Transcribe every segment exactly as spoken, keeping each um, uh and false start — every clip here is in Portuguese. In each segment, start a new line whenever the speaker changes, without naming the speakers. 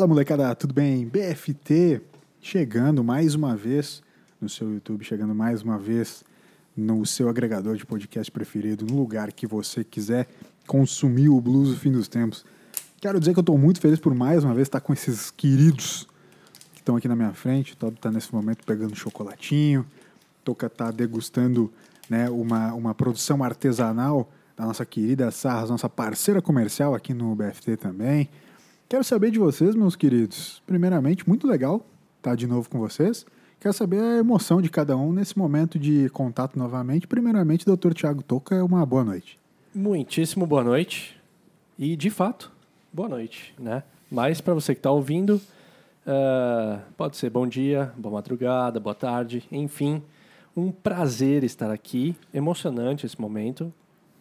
Fala, molecada, tudo bem? B F T chegando mais uma vez no seu YouTube, chegando mais uma vez no seu agregador de podcast preferido, no lugar que você quiser consumir o blues do fim dos tempos. Quero dizer que eu estou muito feliz por mais uma vez estar com esses queridos que estão aqui na minha frente. O Tobi está nesse momento pegando chocolatinho, Toca está degustando, né, uma, uma produção artesanal da nossa querida Sarras, nossa parceira comercial aqui no B F T também. Quero saber de vocês, meus queridos. Primeiramente, muito legal estar de novo com vocês. Quero saber a emoção de cada um nesse momento de contato novamente. Primeiramente, doutor Thiago Toca, uma boa noite.
Muitíssimo boa noite. E, de fato, boa noite, né? Mas, para você que está ouvindo, uh, pode ser bom dia, boa madrugada, boa tarde, enfim. Um prazer estar aqui. Emocionante esse momento.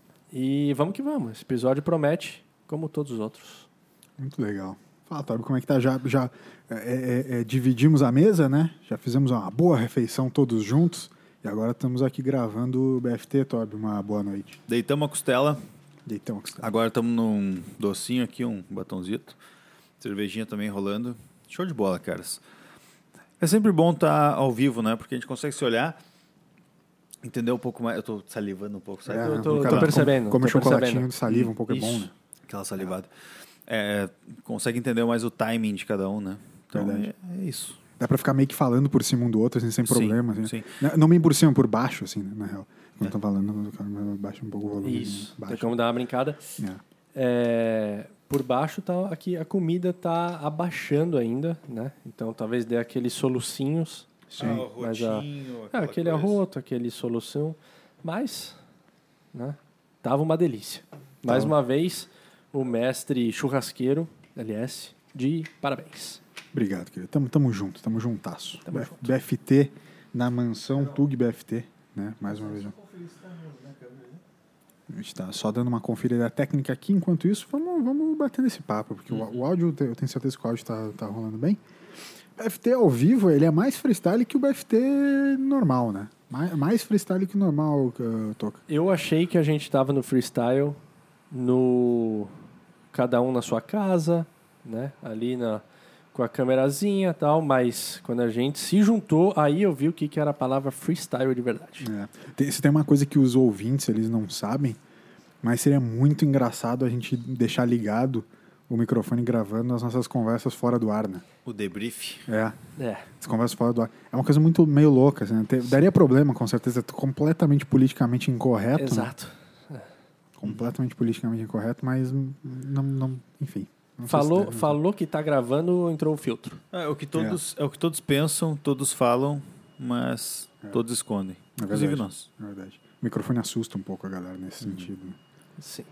E vamos que vamos. Esse episódio promete, como todos os outros.
Muito legal. Fala, Tobi, como é que tá? Já, já é, é, é, dividimos a mesa, né? Já fizemos uma boa refeição todos juntos. E agora estamos aqui gravando o B F T, Tobi. Uma boa noite.
Deitamos a costela.
Deitamos a costela.
Agora estamos num docinho aqui, um batonzito. Cervejinha também rolando. Show de bola, caras. É sempre bom estar ao vivo, né? Porque a gente consegue se olhar, entender um pouco mais. Eu tô salivando um pouco, sabe?
É,
eu
tô, tô, tô percebendo.
Come
tô
chocolatinho
percebendo.
de saliva, um pouco
Isso.
é bom, né?
Aquela salivada. É, consegue entender mais o timing de cada um, né? Então é, é isso.
Dá pra ficar meio que falando por cima um do outro, assim, sem
Sim,
problema. Assim.
sim.
Não, não bem por cima, por baixo, assim, né, na real. Quando estão é. falando, baixa um pouco o volume.
Isso,
baixo.
tem como dar uma brincada.
É.
É, por baixo, tá, aqui, a comida tá abaixando ainda, né? Então, talvez dê aqueles solucinhos.
Sim. Ah, o
mas a,
rotinho,
é, aquele
coisa.
arroto, aquele solução. Mas, né? Tava uma delícia. Mais
Tava.
uma vez, o mestre churrasqueiro, L S, de parabéns.
Obrigado, querido. Tamo, tamo junto, tamo juntasso.
Tamo
B-
junto.
B F T na mansão Tug B F T, né? Mais uma vez. A gente tá só dando uma conferida técnica aqui. Enquanto isso, vamos, vamos bater nesse papo, porque uhum. o, o áudio, eu tenho certeza que o áudio tá, tá rolando bem. O B F T ao vivo, ele é mais freestyle que o B F T normal, né? Mais, mais freestyle que o normal, uh, Toca.
Eu achei que a gente tava no freestyle, no cada um na sua casa, né? Ali na, com a câmerazinha e tal, mas quando a gente se juntou, aí eu vi o que, que era a palavra freestyle de verdade.
É. Tem, se tem uma coisa que os ouvintes, eles não sabem, mas seria muito engraçado a gente deixar ligado o microfone gravando as nossas conversas fora do ar, né?
O debrief.
É.
É.
As conversas fora do ar. É uma coisa muito meio louca, assim, né? Ter, daria problema, com certeza, completamente politicamente incorreto.
Exato.
Né? Completamente politicamente incorreto, mas não, não enfim. Não
Falou,
se
falou que tá gravando, entrou o filtro.
É, é, o que todos, é. é o que todos pensam, todos falam, mas é. todos escondem.
É
Inclusive
verdade,
nós.
É verdade. O microfone assusta um pouco a galera nesse uhum. sentido. Né?
Sim.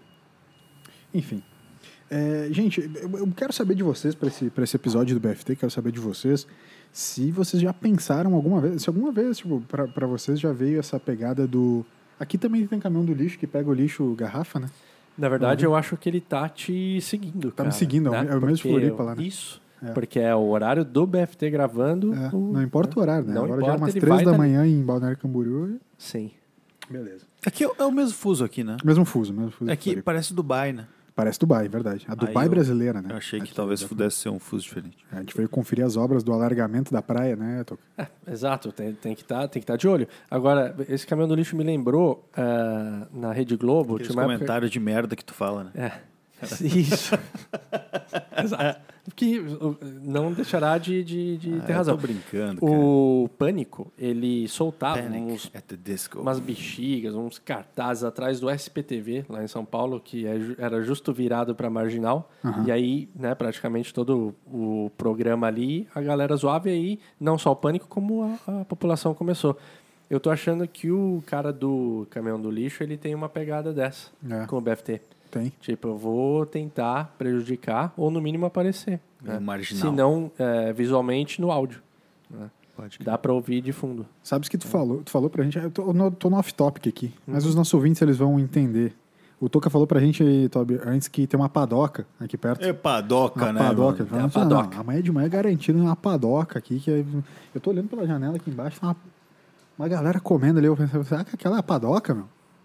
Enfim. É, gente, eu quero saber de vocês, para esse, pra esse episódio do B F T, quero saber de vocês se vocês já pensaram alguma vez, se alguma vez, tipo, pra, pra vocês já veio essa pegada do... Aqui também tem caminhão do lixo que pega o lixo garrafa, né?
Na verdade,
uhum.
eu acho que ele tá te seguindo,
Tá
cara,
me seguindo,
né?
é o mesmo Floripa lá, né?
Isso,
é.
porque é o horário do B F T gravando.
É,
o,
não importa o horário, né?
Não
Agora
importa,
já é umas
ele
três
vai
da
tá
manhã em Balneário Camboriú. E...
Sim.
Beleza.
Aqui é, é o mesmo fuso aqui, né?
Mesmo fuso, mesmo fuso.
Aqui parece Dubai, né?
Parece Dubai, verdade. A Dubai
eu,
brasileira, né?
Eu achei que
aqui,
talvez
exatamente.
pudesse ser um fuso diferente.
A gente veio conferir as obras do alargamento da praia, né, Toca?
É, exato, tem, tem que tá, estar de olho. Agora, esse caminhão do lixo me lembrou uh, na Rede Globo.
Aqueles
tinha uma
comentários
época...
de merda que tu fala, né?
É. Isso. Exato. Que não deixará de, de, de
ah,
ter razão.
Eu tô brincando, cara.
O Pânico, ele soltava uns,
at the disco.
umas bexigas, uns cartazes atrás do S P T V, lá em São Paulo, que era justo virado para Marginal. Uhum. E aí, né, praticamente todo o programa ali, a galera zoava, e aí não só o Pânico, como a, a população começou. Eu tô achando que o cara do caminhão do lixo, ele tem uma pegada dessa, é. com o B F T.
Tem.
Tipo, eu vou tentar prejudicar ou, no mínimo, aparecer. Né?
Marginal.
Se não, é, visualmente, no áudio. Né?
Pode
Dá pra ouvir de fundo.
Sabes que tu é. falou, tu falou pra gente, eu tô no, tô no off-topic aqui, uhum. mas os nossos ouvintes, eles vão entender. O Toca falou pra gente, Tobi, antes que tem uma padoca aqui perto.
É padoca,
uma
né?
Padoca.
É a
padoca. Não, amanhã de manhã é garantido uma padoca aqui, que é, eu tô olhando pela janela aqui embaixo, uma, uma galera comendo ali, eu pensei, será que aquela é a padoca, meu?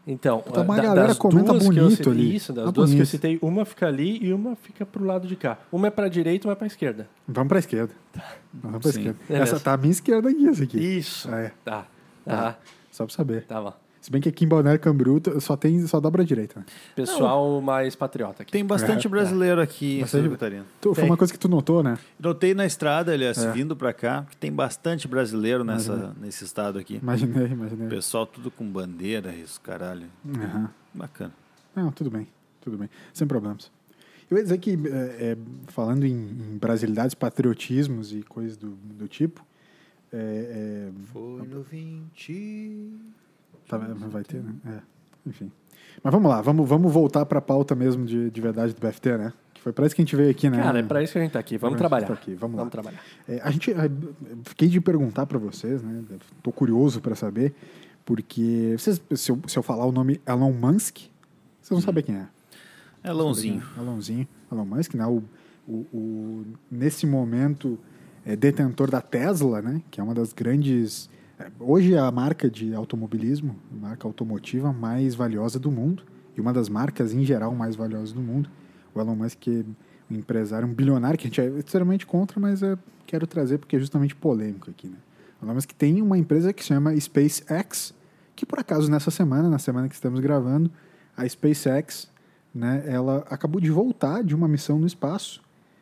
Então,
Tá uma
da-
galera
das
comenta
duas que eu
bonito
citei,
ali.
Isso, das
Tá
duas que eu
bonito.
citei, uma fica ali e uma fica pro lado de cá. Uma é pra direita e uma é pra esquerda.
Vamos pra esquerda. Vamos pra
Sim.
esquerda.
Beleza.
Essa tá a minha esquerda aqui, essa aqui.
Isso.
É,
Tá.
Tá.
Tá.
só pra saber.
Tá bom.
Se bem que aqui em Balneário Camboriú só, tem, só dobra a direita. Né?
Pessoal mais patriota aqui.
Tem bastante
É.
brasileiro aqui em
Bastante-
Santa Catarina.
Tu, foi
Tem.
uma coisa que tu notou, né?
Notei na estrada, aliás,
É.
vindo pra cá, que tem bastante brasileiro nessa, nesse estado aqui.
Imaginei, imaginei.
Pessoal tudo com bandeira, isso, caralho.
Aham.
Bacana.
Não, tudo bem, tudo bem. Sem problemas. Eu ia dizer que, é, é, falando em, em brasilidades, patriotismos e coisas do, do tipo, é, é,
Foi no vinte...
tá, vai ter, né? É, enfim. Mas vamos lá, vamos, vamos voltar para a pauta mesmo de, de verdade do B F T, né? Que foi para isso que a gente veio aqui, né?
Cara, é pra isso que a gente tá aqui. Vamos
Pra isso que a
trabalhar.
gente tá aqui, vamos lá.
Vamos trabalhar.
É, a gente, é, fiquei de perguntar para vocês, né? Tô curioso para saber, porque vocês, se, eu, se eu falar o nome Elon Musk, vocês vão saber quem é.
É Elonzinho.
Elonzinho, Elon Musk, né? O, o, o, nesse momento, é detentor da Tesla, né? Que é uma das grandes... é, hoje é a marca de automobilismo, a marca automotiva mais valiosa do mundo, e uma das marcas, em geral, mais valiosas do mundo. O Elon Musk é um empresário, um bilionário, que a gente é extremamente contra, mas é, quero trazer porque é justamente polêmico aqui, né? O Elon Musk tem uma empresa que se chama SpaceX, que por acaso nessa semana, na semana que estamos gravando, a SpaceX, né, ela acabou de voltar de uma missão no espaço,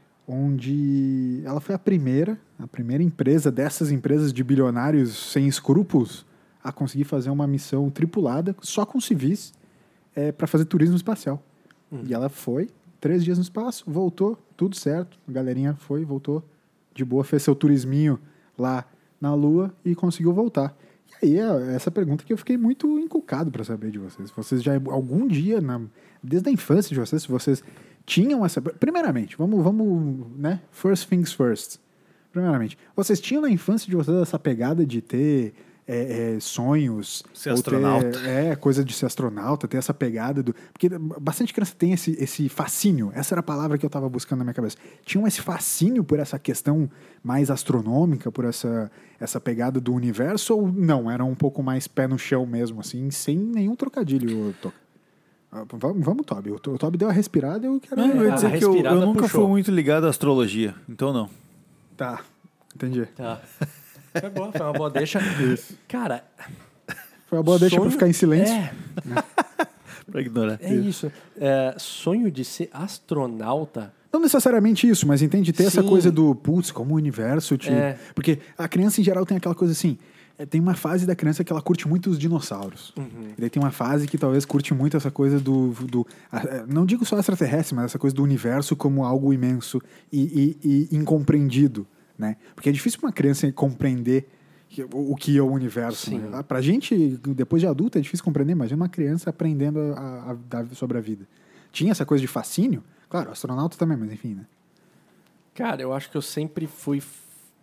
onde ela foi a primeira, a primeira empresa dessas empresas de bilionários sem escrúpulos a conseguir fazer uma missão tripulada só com civis é, para fazer turismo espacial.
Hum.
E ela foi, três dias no espaço, voltou, tudo certo, a galerinha foi, voltou, de boa, fez seu turisminho lá na Lua e conseguiu voltar. E aí, é essa pergunta que eu fiquei muito encucado para saber de vocês. Vocês já, algum dia, na, desde a infância de vocês, se vocês tinham essa... Primeiramente, vamos, vamos, né? First things first. Primeiramente, vocês tinham na infância de vocês essa pegada de ter é, é, sonhos...
Ser
ou
astronauta.
Ter, é, coisa de ser astronauta, ter essa pegada do... Porque bastante criança tem esse, esse fascínio. Essa era a palavra que eu estava buscando na minha cabeça. Tinham esse fascínio por essa questão mais astronômica, por essa, essa pegada do universo, ou não? Era um pouco mais pé no chão mesmo, assim, sem nenhum trocadilho, Toca? Ah, Vamos, vamos, Toby. O To- o Toby deu a respirada e eu quero...
Não, eu ia
a
dizer que eu, eu
respirada
nunca
puxou.
fui muito ligado à astrologia, então não.
Tá, entendi.
Tá. Foi boa, foi uma boa deixa. Cara,
Foi uma boa deixa
sonho-
pra ficar em silêncio.
É,
Pra ignorar.
é isso. É, sonho de ser astronauta.
Não necessariamente isso, mas entende? Ter essa
Sim.
coisa do, putz, como o universo te...
É.
Porque a criança, em geral, tem aquela coisa assim... é, tem uma fase da criança que ela curte muito os dinossauros. E daí tem uma fase que talvez curte muito essa coisa do... do a- não digo só extraterrestre, mas essa coisa do universo como algo imenso e, e- e incompreendido, né? Porque é difícil pra uma criança compreender que- o, o que é o universo.
Sim.
Né? Pra gente, depois de adulto, é difícil compreender. Imagina uma criança aprendendo a, a, dar sobre a vida. Tinha essa coisa de fascínio? Claro, astronauta também, mas enfim, né?
Cara, eu acho que eu sempre fui f-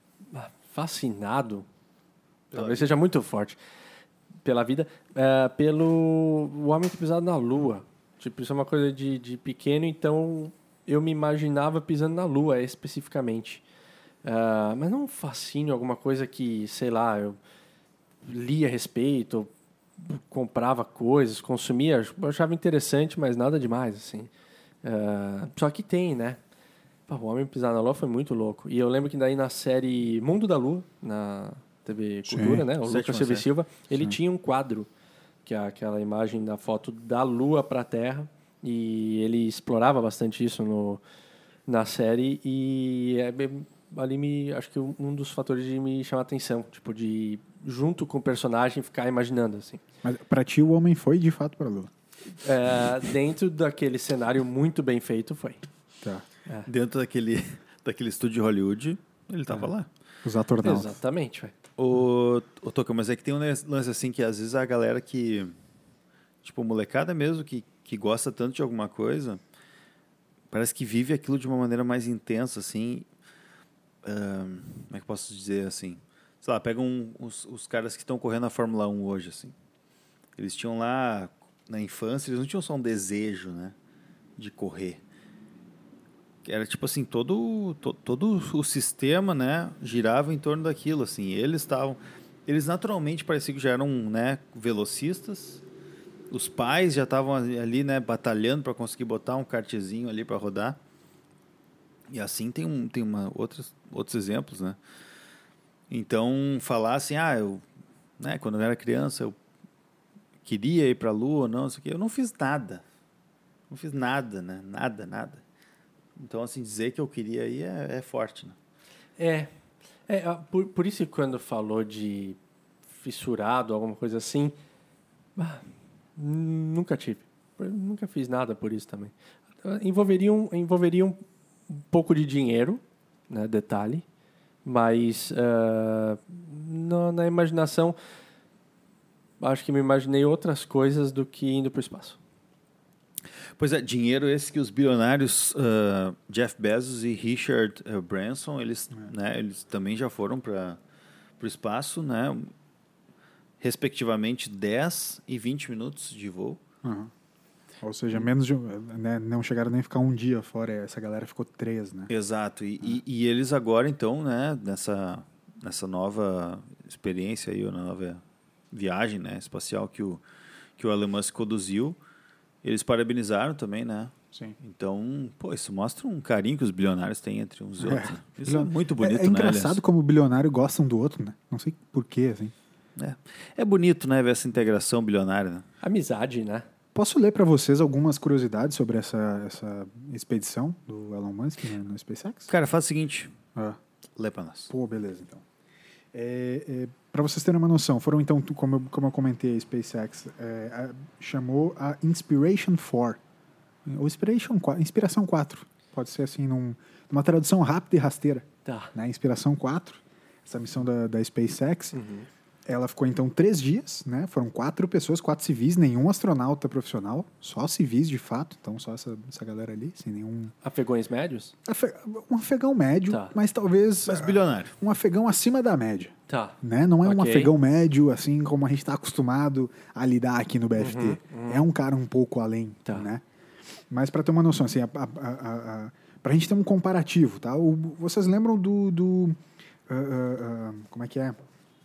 fascinado, talvez seja muito forte, pela vida, é, pelo o homem ter pisado na Lua. Tipo, isso é uma coisa de, de pequeno, então eu me imaginava pisando na Lua, especificamente. É, mas não um fascínio, alguma coisa que, sei lá, eu lia a respeito, comprava coisas, consumia, eu achava interessante, mas nada demais, assim. É, só que tem, né? Pô, o Homem Pisar na Lua foi muito louco. E eu lembro que daí na série Mundo da Lua, na T V Cultura,
Sim,
né? O
sétima
Lucas Silva e
série.
Silva, ele
Sim.
tinha um quadro, que é aquela imagem da foto da Lua para a Terra. E ele explorava bastante isso no, na série. E é bem- ali me, acho que um dos fatores de me chamar a atenção. Tipo, de junto com o personagem ficar imaginando, assim.
Mas pra ti o homem foi de fato pra Lua.
É, dentro daquele cenário muito bem feito, foi.
Tá.
Dentro daquele, daquele estúdio de Hollywood, ele tava lá.
Os astronautas.
Exatamente, velho.
O, o Toca, mas é que tem um lance assim que às vezes a galera que, tipo, molecada mesmo, que, que gosta tanto de alguma coisa, parece que vive aquilo de uma maneira mais intensa, assim. ahn, como é que eu posso dizer assim? Sei lá, pega um, os, os caras que estão correndo a Fórmula um hoje, assim. Eles tinham lá, na infância, eles não tinham só um desejo, né, de correr. Era tipo assim, todo, to, todo o sistema, né, girava em torno daquilo, assim. Eles estavam... Eles naturalmente pareciam que já eram, né, velocistas. os pais já estavam ali, né, batalhando para conseguir botar um kartzinho ali para rodar. E assim tem, um, tem uma, outros, outros exemplos, né? Então, falar assim, ah, eu, né, quando eu era criança, eu queria ir para a Lua, não, isso aqui, eu não fiz nada. Não fiz nada, né? Nada, nada. Então, assim, dizer que eu queria ir é, é forte, né?
É, é por, por isso que quando falou de fissurado, alguma coisa assim, ah, nunca tive. Eu nunca fiz nada por isso também. Envolveria um, envolveria um pouco de dinheiro, né, detalhe, mas uh, na, na imaginação, acho que me imaginei outras coisas do que indo para o espaço.
Pois é, dinheiro esse que os bilionários uh, Jeff Bezos e Richard uh, Branson, eles, é. né, eles também já foram para o espaço, né, respectivamente dez e vinte minutos de voo.
Uhum. Ou seja, menos de, né, não chegaram nem a ficar um dia fora, essa galera ficou três, né?
Exato, e,
uhum.
e, e eles agora, então, né, nessa, nessa nova experiência aí, na nova viagem, né, espacial que o, que o Elon Musk conduziu, eles parabenizaram também, né?
Sim.
Então, pô, isso mostra um carinho que os bilionários têm entre uns e outros.
É.
Né? Isso é muito bonito,
é, é engraçado,
né,
como o bilionário gosta um do outro, né? Não sei porquê, assim.
É. é bonito, né, ver essa integração bilionária, né?
Amizade, né?
Posso ler para vocês algumas curiosidades sobre essa, essa expedição do Elon Musk no, no SpaceX?
Cara, faz o seguinte.
Ah.
Lê para nós.
Pô, beleza, então. É, é, para vocês terem uma noção, foram então, como eu, como eu comentei, a SpaceX é, a, chamou a Inspiration quatro, ou Inspiration quatro, Inspiração quatro, pode ser assim, num, numa tradução rápida e rasteira.
Tá.
Né? Inspiração quatro, essa missão da, da SpaceX,
uhum.
ela ficou então três dias, né? Foram quatro pessoas, quatro civis, nenhum astronauta profissional, só civis de fato, então só essa, essa galera ali, sem nenhum...
Afegões médios?
Afe... Um afegão médio,
tá.
mas talvez...
Mas bilionário.
Um afegão acima da média.
Tá.
Né? Não é
okay.
um afegão médio, assim como a gente está acostumado a lidar aqui no B F T.
Uhum, uhum.
É um cara um pouco além,
tá.
né? Mas para ter uma noção, assim, a, a, a, a, para a gente ter um comparativo, tá? O, vocês lembram do... do uh, uh, uh, como é que é?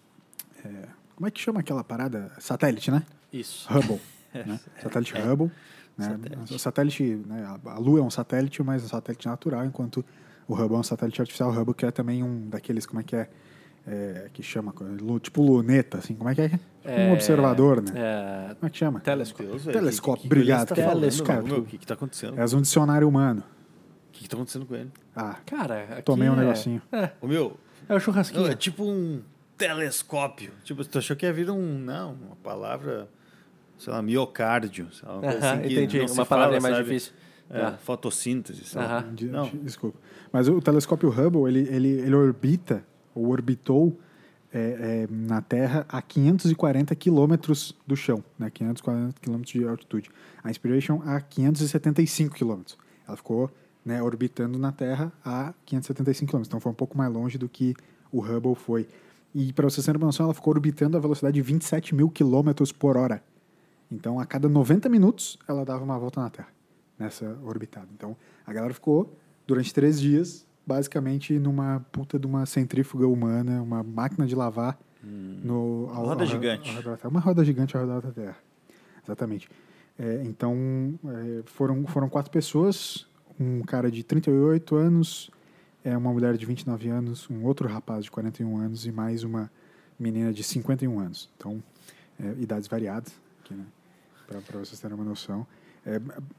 é? Como é que chama aquela parada? Satélite, né?
Isso.
Hubble. né? Satélite
é.
Hubble. Né?
Satélite.
O satélite, né? A Lua é um satélite, mas é um satélite natural, enquanto o Hubble é um satélite artificial. O Hubble que é também um daqueles, como é que é? É, que chama, tipo luneta, assim, como é que é?
é
um observador, né?
É,
como é que chama?
Telescópio.
Deus,
Telescópio,
que, que,
obrigado.
Que
Telescópio.
O que está acontecendo?
És um dicionário humano.
O que está acontecendo com ele?
Ah,
cara, aqui
tomei um
é...
negocinho.
É.
O meu...
É o churrasquinho.
Não, é tipo um telescópio. Tipo, tu achou que ia vir um... Não, uma palavra... Sei lá, miocárdio. Sei lá, uma coisa
uh-huh,
assim que
entendi,
não
uma
se
palavra
fala,
mais
sabe?
difícil.
É,
ah.
Fotossíntese, sei lá.
Uh-huh.
Não.
Desculpa. Mas o telescópio Hubble, ele, ele, ele orbita, ou orbitou é, é, na Terra a quinhentos e quarenta quilômetros do chão, né? quinhentos e quarenta quilômetros de altitude. A Inspiration a quinhentos e setenta e cinco quilômetros. Ela ficou, né, orbitando na Terra a quinhentos e setenta e cinco quilômetros. Então foi um pouco mais longe do que o Hubble foi. E para vocês terem uma noção, ela ficou orbitando a velocidade de vinte e sete mil quilômetros por hora. Então, a cada noventa minutos, ela dava uma volta na Terra, nessa orbitada. Então, a galera ficou, durante três dias, basicamente numa puta de uma centrífuga humana, uma máquina de lavar.
Hum,
no,
ao, roda ao, gigante.
Ao, ao, ao, uma roda gigante ao redor da Terra. Exatamente. É, então, é, foram, foram quatro pessoas, um cara de trinta e oito anos, é, uma mulher de vinte e nove anos, um outro rapaz de quarenta e um anos e mais uma menina de cinquenta e um anos. Então, é, idades variadas, aqui, né? Para vocês terem uma noção. É,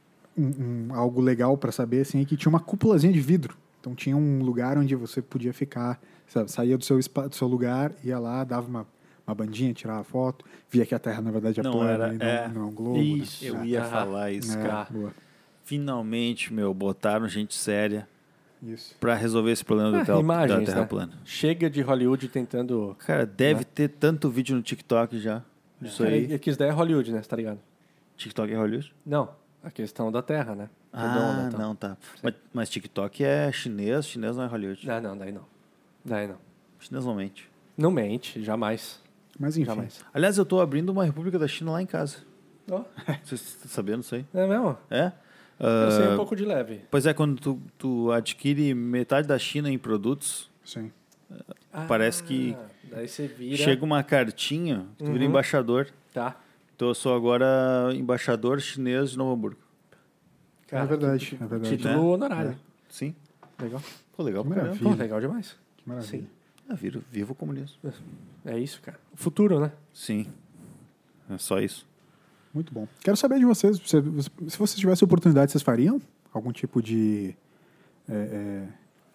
um, um, algo legal para saber assim, é que tinha uma cúpulazinha de vidro. Então tinha um lugar onde você podia ficar, sabe, saía do seu, do seu lugar, ia lá, dava uma, uma bandinha, tirava foto, via que a Terra na verdade é
não
plana
era,
e não,
é,
não é um globo.
Isso,
né?
eu
é.
ia
ah,
falar isso,
é,
cara.
Boa.
Finalmente, meu, botaram gente séria
isso.
para resolver esse problema do
ah,
tel-
imagens,
da Terra
né?
plana.
Chega de Hollywood tentando...
Cara, deve
né?
ter tanto vídeo no TikTok já. Isso
Cara,
aí.
é que isso daí é Hollywood, né? Você tá ligado?
TikTok é Hollywood?
Não, a questão da Terra, né?
Ah,
Redonda, então.
não, tá. Mas, mas TikTok é chinês, chinês não é Hollywood.
Não, não, daí não. Daí não.
Chinês não mente.
Não mente, jamais.
Mas enfim.
Jamais.
Aliás, eu tô abrindo uma República da China lá em casa.
Oh.
Vocês estão sabendo isso aí?
É mesmo?
É?
Eu sei um
Uh,
pouco de leve.
Pois é, quando tu, tu adquire metade da China em produtos,
Sim.
parece que
Daí você vira...
chega uma cartinha, tu vira
Uhum.
embaixador.
Tá.
Então eu sou agora embaixador chinês de Novo Hamburgo.
Cara, é verdade, é verdade.
Título
Né?
honorário.
É. Sim.
Legal.
Pô, legal
Que
pra caramba.
maravilha.
Pô, legal demais.
Que maravilha.
Sim.
Ah, vivo, vivo o comunismo.
É isso, cara. O futuro, né?
Sim. É só isso.
Muito bom. Quero saber de vocês, se, se vocês tivessem oportunidade, vocês fariam algum tipo de é, é,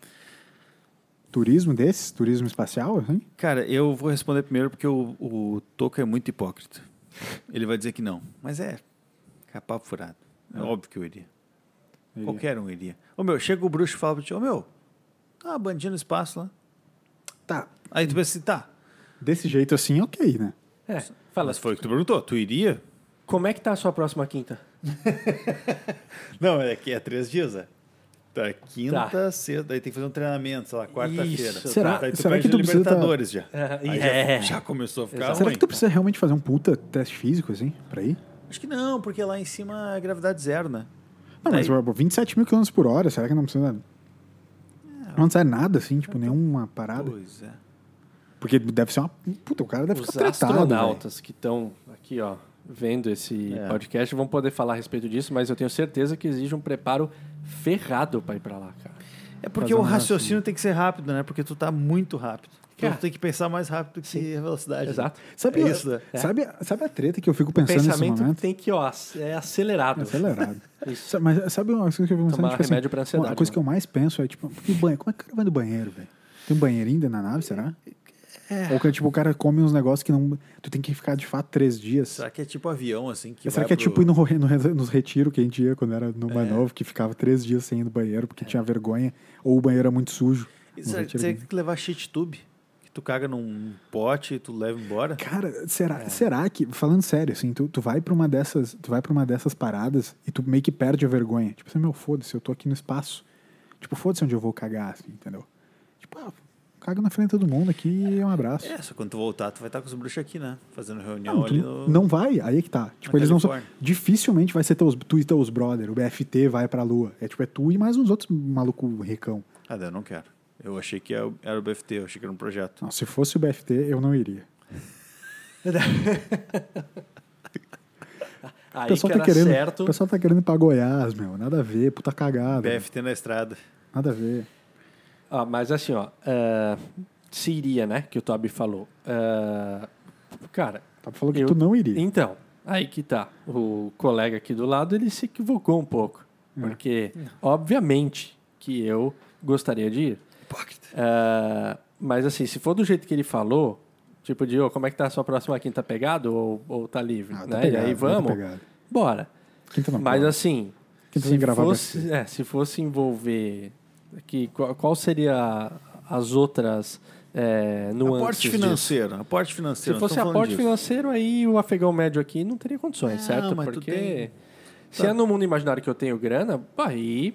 turismo desses? Turismo espacial, assim?
Cara, eu vou responder primeiro porque o, o Toco é muito hipócrita. Ele vai dizer que não. Mas é, é papo furado. É óbvio que eu iria.
Iria.
Qualquer um iria. Ô meu, chega o bruxo e fala pra ti, ô meu, tá uma bandinha no espaço lá.
Tá.
Aí tu pensa assim, tá.
Desse jeito assim, ok, né?
É. Fala,
Mas foi o que tu perguntou, tu iria?
como é que tá a sua próxima quinta?
Não, é que é três dias, é. Tá, quinta,
Tá.
sexta, aí tem que fazer um treinamento, sei lá, quarta-feira.
Isso,
Será-
Aí tu
será
perde
que tu
a
precisa
Libertadores já.
É,
Aí
é.
já, já começou a ficar
Exato.
Será
ruim.
que tu precisa realmente fazer um puta teste físico, assim, pra ir?
Acho que não, porque lá em cima é gravidade zero, né?
Não, mas
Aí-
vinte e sete mil quilômetros por hora, será que não precisa... Não sai nada, assim, tipo, nenhuma parada?
Pois é.
Porque deve ser uma... Puta, o cara deve
Os
ficar tratado,
astronautas que estão aqui, ó, vendo esse
É.
podcast vão poder falar a respeito disso, mas eu tenho certeza que exige um preparo ferrado pra ir pra lá, cara.
É porque
Fazer
o
um
raciocínio tem que ser rápido, né? Porque tu tá muito rápido. Então
Cara,
tu tem que pensar mais rápido que a velocidade. né?
Exato.
Sabe,
É isso, né?
sabe, sabe a treta que eu fico
O
pensando nesse
pensamento
momento?
tem que, ó, ac- é acelerado.
Acelerado.
Isso.
Sa- Mas sabe uma coisa que eu fico pensando?
Tomar
Tipo, assim,
remédio pra ansiedade,
uma coisa
né?
que eu mais penso é, tipo, que banho, como é que o cara vai no banheiro, velho? Tem um banheirinho dentro da nave, será?
É.
Ou que, tipo, o cara come uns negócios que não... Tu tem que ficar, de fato, três dias.
Será que é tipo avião, assim? Que
será
vai
que é
pro-
tipo ir no, ro- no, re- nos retiros que a gente ia quando era no mais
É.
novo, que ficava três dias sem ir no banheiro porque tinha vergonha, ou o banheiro era muito sujo.
E
No
Será
retiro
será
que-
que tem que levar shit tube? Que tu caga num pote e tu leva embora?
Cara, será, será que, falando sério, assim, tu, tu vai pra uma dessas, tu vai pra uma dessas paradas e tu meio que perde a vergonha. Tipo assim, meu, foda-se, eu tô aqui no espaço. Tipo, foda-se onde eu vou cagar, assim, entendeu? Tipo, ah, caga na frente de todo mundo aqui e um abraço.
É, só quando tu voltar, tu vai estar com os bruxos aqui, né? Fazendo reunião
Não, tu
ali no...
não vai, aí é que tá. Tipo,
Na
eles não são,
Califórnia.
dificilmente vai ser teus, tu e teus brother, o B F T vai pra lua. É tipo, é tu e mais uns outros maluco recão.
Ah, daí eu não quero. Eu achei que era o era o B F T, eu achei que era um projeto.
Não, se fosse o B F T, eu não iria. O
Aí
pessoal,
que
tá
era
querendo,
certo.
o pessoal tá querendo ir pra Goiás, meu. Nada a ver, puta cagada.
B F T na estrada.
Nada a ver.
Ah, mas assim, ó, é, se iria, né, que o Toby falou. É, cara,
Tá falando que
eu-
tu não iria.
então, aí que tá. O colega aqui do lado, ele se equivocou um pouco.
É.
Porque, obviamente, que eu gostaria de ir.
Hipócrita.
É, mas assim, se for do jeito que ele falou, tipo de, ô, como é que tá a sua próxima quinta, pegado ou, ou tá livre?
Ah, tá
né?
pegado,
e aí
tá
vamos,
pegado.
bora.
Quinta não
Mas
pode.
assim,
Quinta
se
tem que gravar
fosse, é, se fosse envolver... Que, qual, qual seria as outras é, nuances
Aporte
disso?
financeiro, aporte financeiro.
Se
não
fosse
tô falando
aporte
disso.
financeiro, aí o afegão médio aqui não teria condições,
Não,
certo?
mas tu
Porque
tem-
se
Tá.
é no mundo imaginário que eu tenho grana, pô, aí...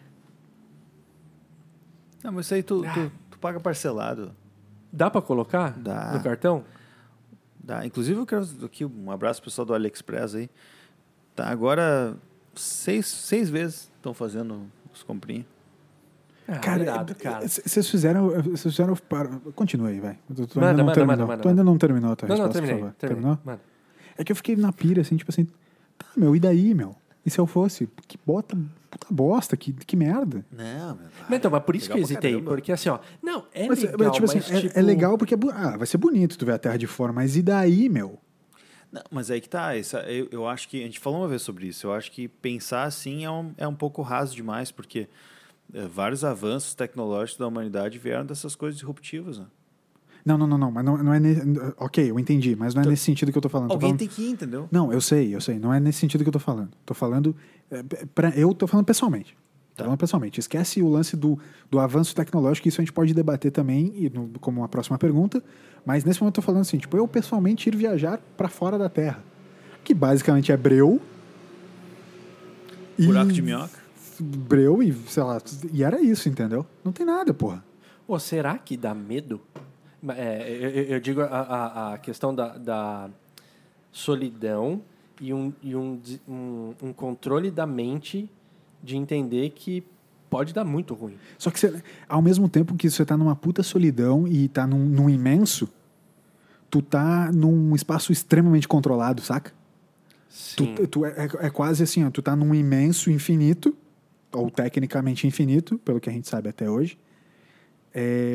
Não, mas isso aí tu,
Ah.
tu, tu paga parcelado.
Dá pra colocar
Dá.
no cartão?
Dá. Inclusive, eu quero aqui um abraço pro pessoal do AliExpress aí. Tá, agora seis, seis vezes estão fazendo os comprinhos.
Ah,
Cara,
irado,
é-
cara.
c- vocês fizeram. Vocês fizeram. para- Continua aí, vai. Tu, tu
Manda,
ainda não
manda,
terminou.
manda, manda,
tu ainda não terminou a tua
Não, não,
resposta,
terminei.
por favor.
terminei.
Terminou?
Mano.
É que eu fiquei na pira, assim, tipo assim. Tá, meu, e daí, meu? E se eu fosse? Que bota. Puta bosta, que, que merda.
Não, meu.
Mas então, mas por isso
Legal
que eu
pra
hesitei.
caramba.
Porque assim, ó... Não, é
Mas,
legal,
mas, tipo
mas,
assim, é-
tipo...
é, legal porque é, bu- ah, vai ser bonito tu ver a Terra de fora, mas e daí, meu?
Não, mas aí que tá. Essa, eu, eu acho que. A gente falou uma vez sobre isso. Eu acho que pensar assim é um, é um pouco raso demais, porque é, vários avanços tecnológicos da humanidade vieram dessas coisas disruptivas. Né?
Não, não, não, não. Mas não, não é. Ne... Ok, eu entendi, mas não é nesse sentido que eu tô falando. Tô
Alguém
falando-
tem que ir, entendeu?
Não, eu sei, eu sei. Não é nesse sentido que eu tô falando. Tô falando. é, pra- eu tô falando pessoalmente. Tô
Tá.
falando pessoalmente. Esquece o lance do, do avanço tecnológico, isso a gente pode debater também, e no- como uma próxima pergunta. Mas nesse momento eu tô falando assim, tipo, eu pessoalmente ir viajar pra fora da Terra. Que basicamente é breu. e-
Buraco de minhoca.
Breu e, sei lá, e era isso, entendeu? Não tem nada, porra.
Ou será que dá medo? É, eu, eu- eu digo a, a, a questão da, da solidão e, um, e um, des- um, um controle da mente de entender que pode dar muito ruim.
Só que você, ao mesmo tempo que você tá numa puta solidão e tá num, num imenso, tu tá num espaço extremamente controlado, saca?
Sim.
Tu, tu é, é quase assim, ó, tu tá num imenso infinito, ou tecnicamente infinito, pelo que a gente sabe até hoje. É,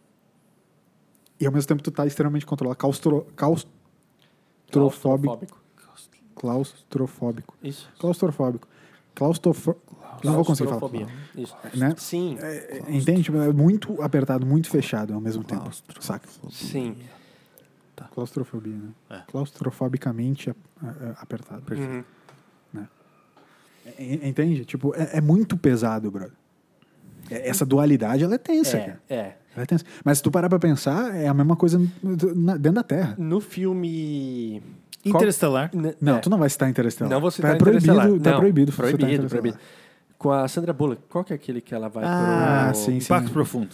e ao mesmo tempo tu tá extremamente controlado, claustro, claustrofóbico. Claustrofóbico.
Isso.
Claustrofóbico. Claustrofóbico. Não vou conseguir falar.
Isso.
Né?
Sim.
É, é, entende? Tipo, é muito apertado, muito fechado ao mesmo tempo. Saca?
Sim.
Tá. Claustrofobia, né?
É.
Claustrofobicamente a- a- apertado.
Uhum.
Né? É- Entende? Tipo, é, é muito pesado, brother. É- Essa dualidade, ela é tensa,
É,
cara.
é.
Ela é tensa. Mas se tu parar pra pensar, é a mesma coisa na- dentro da Terra.
No filme...
Interestelar.
Qual-
Não,
é.
tu não vai citar Interestelar.
Não vou citar
é proibido,
Interestelar.
tá
Não,
proibido, citar
proibido,
Interestelar.
proibido. Com a Sandra Bullock. Qual que é aquele que ela vai
Ah,
pro...
sim, sim.
Impacto Profundo.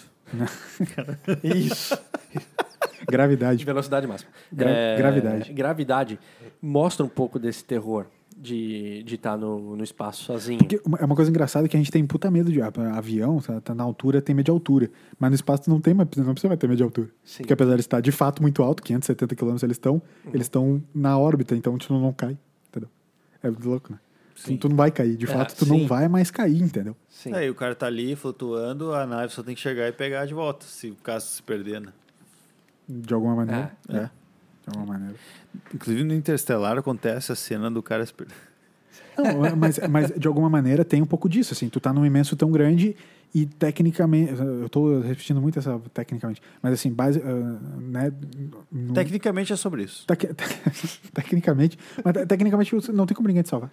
Isso.
Gravidade.
Velocidade máxima.
Gra- gravidade.
Gravidade. Mostra um pouco desse terror de estar de tá no, no espaço sozinho.
Porque uma- é uma coisa engraçada que a gente tem puta medo de ah, avião, tá, tá na altura, tem medo de altura. Mas no espaço tu não tem, mais- não precisa mais ter medo de altura.
Sim.
Porque apesar de estar de fato muito alto, quinhentos e setenta quilômetros eles estão, eles estão na órbita, então tu não cai, entendeu? É muito louco, né? Tu, tu não vai cair, de
É,
fato tu
sim.
não vai mais cair, entendeu?
Sim.
Aí o cara tá ali flutuando, a nave só tem que chegar e pegar de volta, se o caso se perder, né?
De alguma maneira.
É.
É. De alguma maneira.
Inclusive no Interestelar acontece a cena do cara se perder.
Não, mas, mas de alguma maneira tem um pouco disso, assim, tu tá num imenso tão grande e tecnicamente, eu tô repetindo muito essa tecnicamente, mas assim, base, uh, né, no,
Tecnicamente é sobre isso.
tec- tecnicamente, mas te- tecnicamente não tem como ninguém te salvar.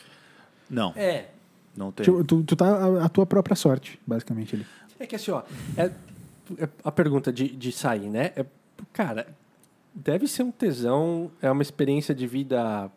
Não,
É.
não tem.
Tipo, tu, tu tá a, a tua própria sorte, basicamente ali.
É que assim, ó, é, é a pergunta de, de sair, né? É, cara, deve ser um tesão, é uma experiência de vida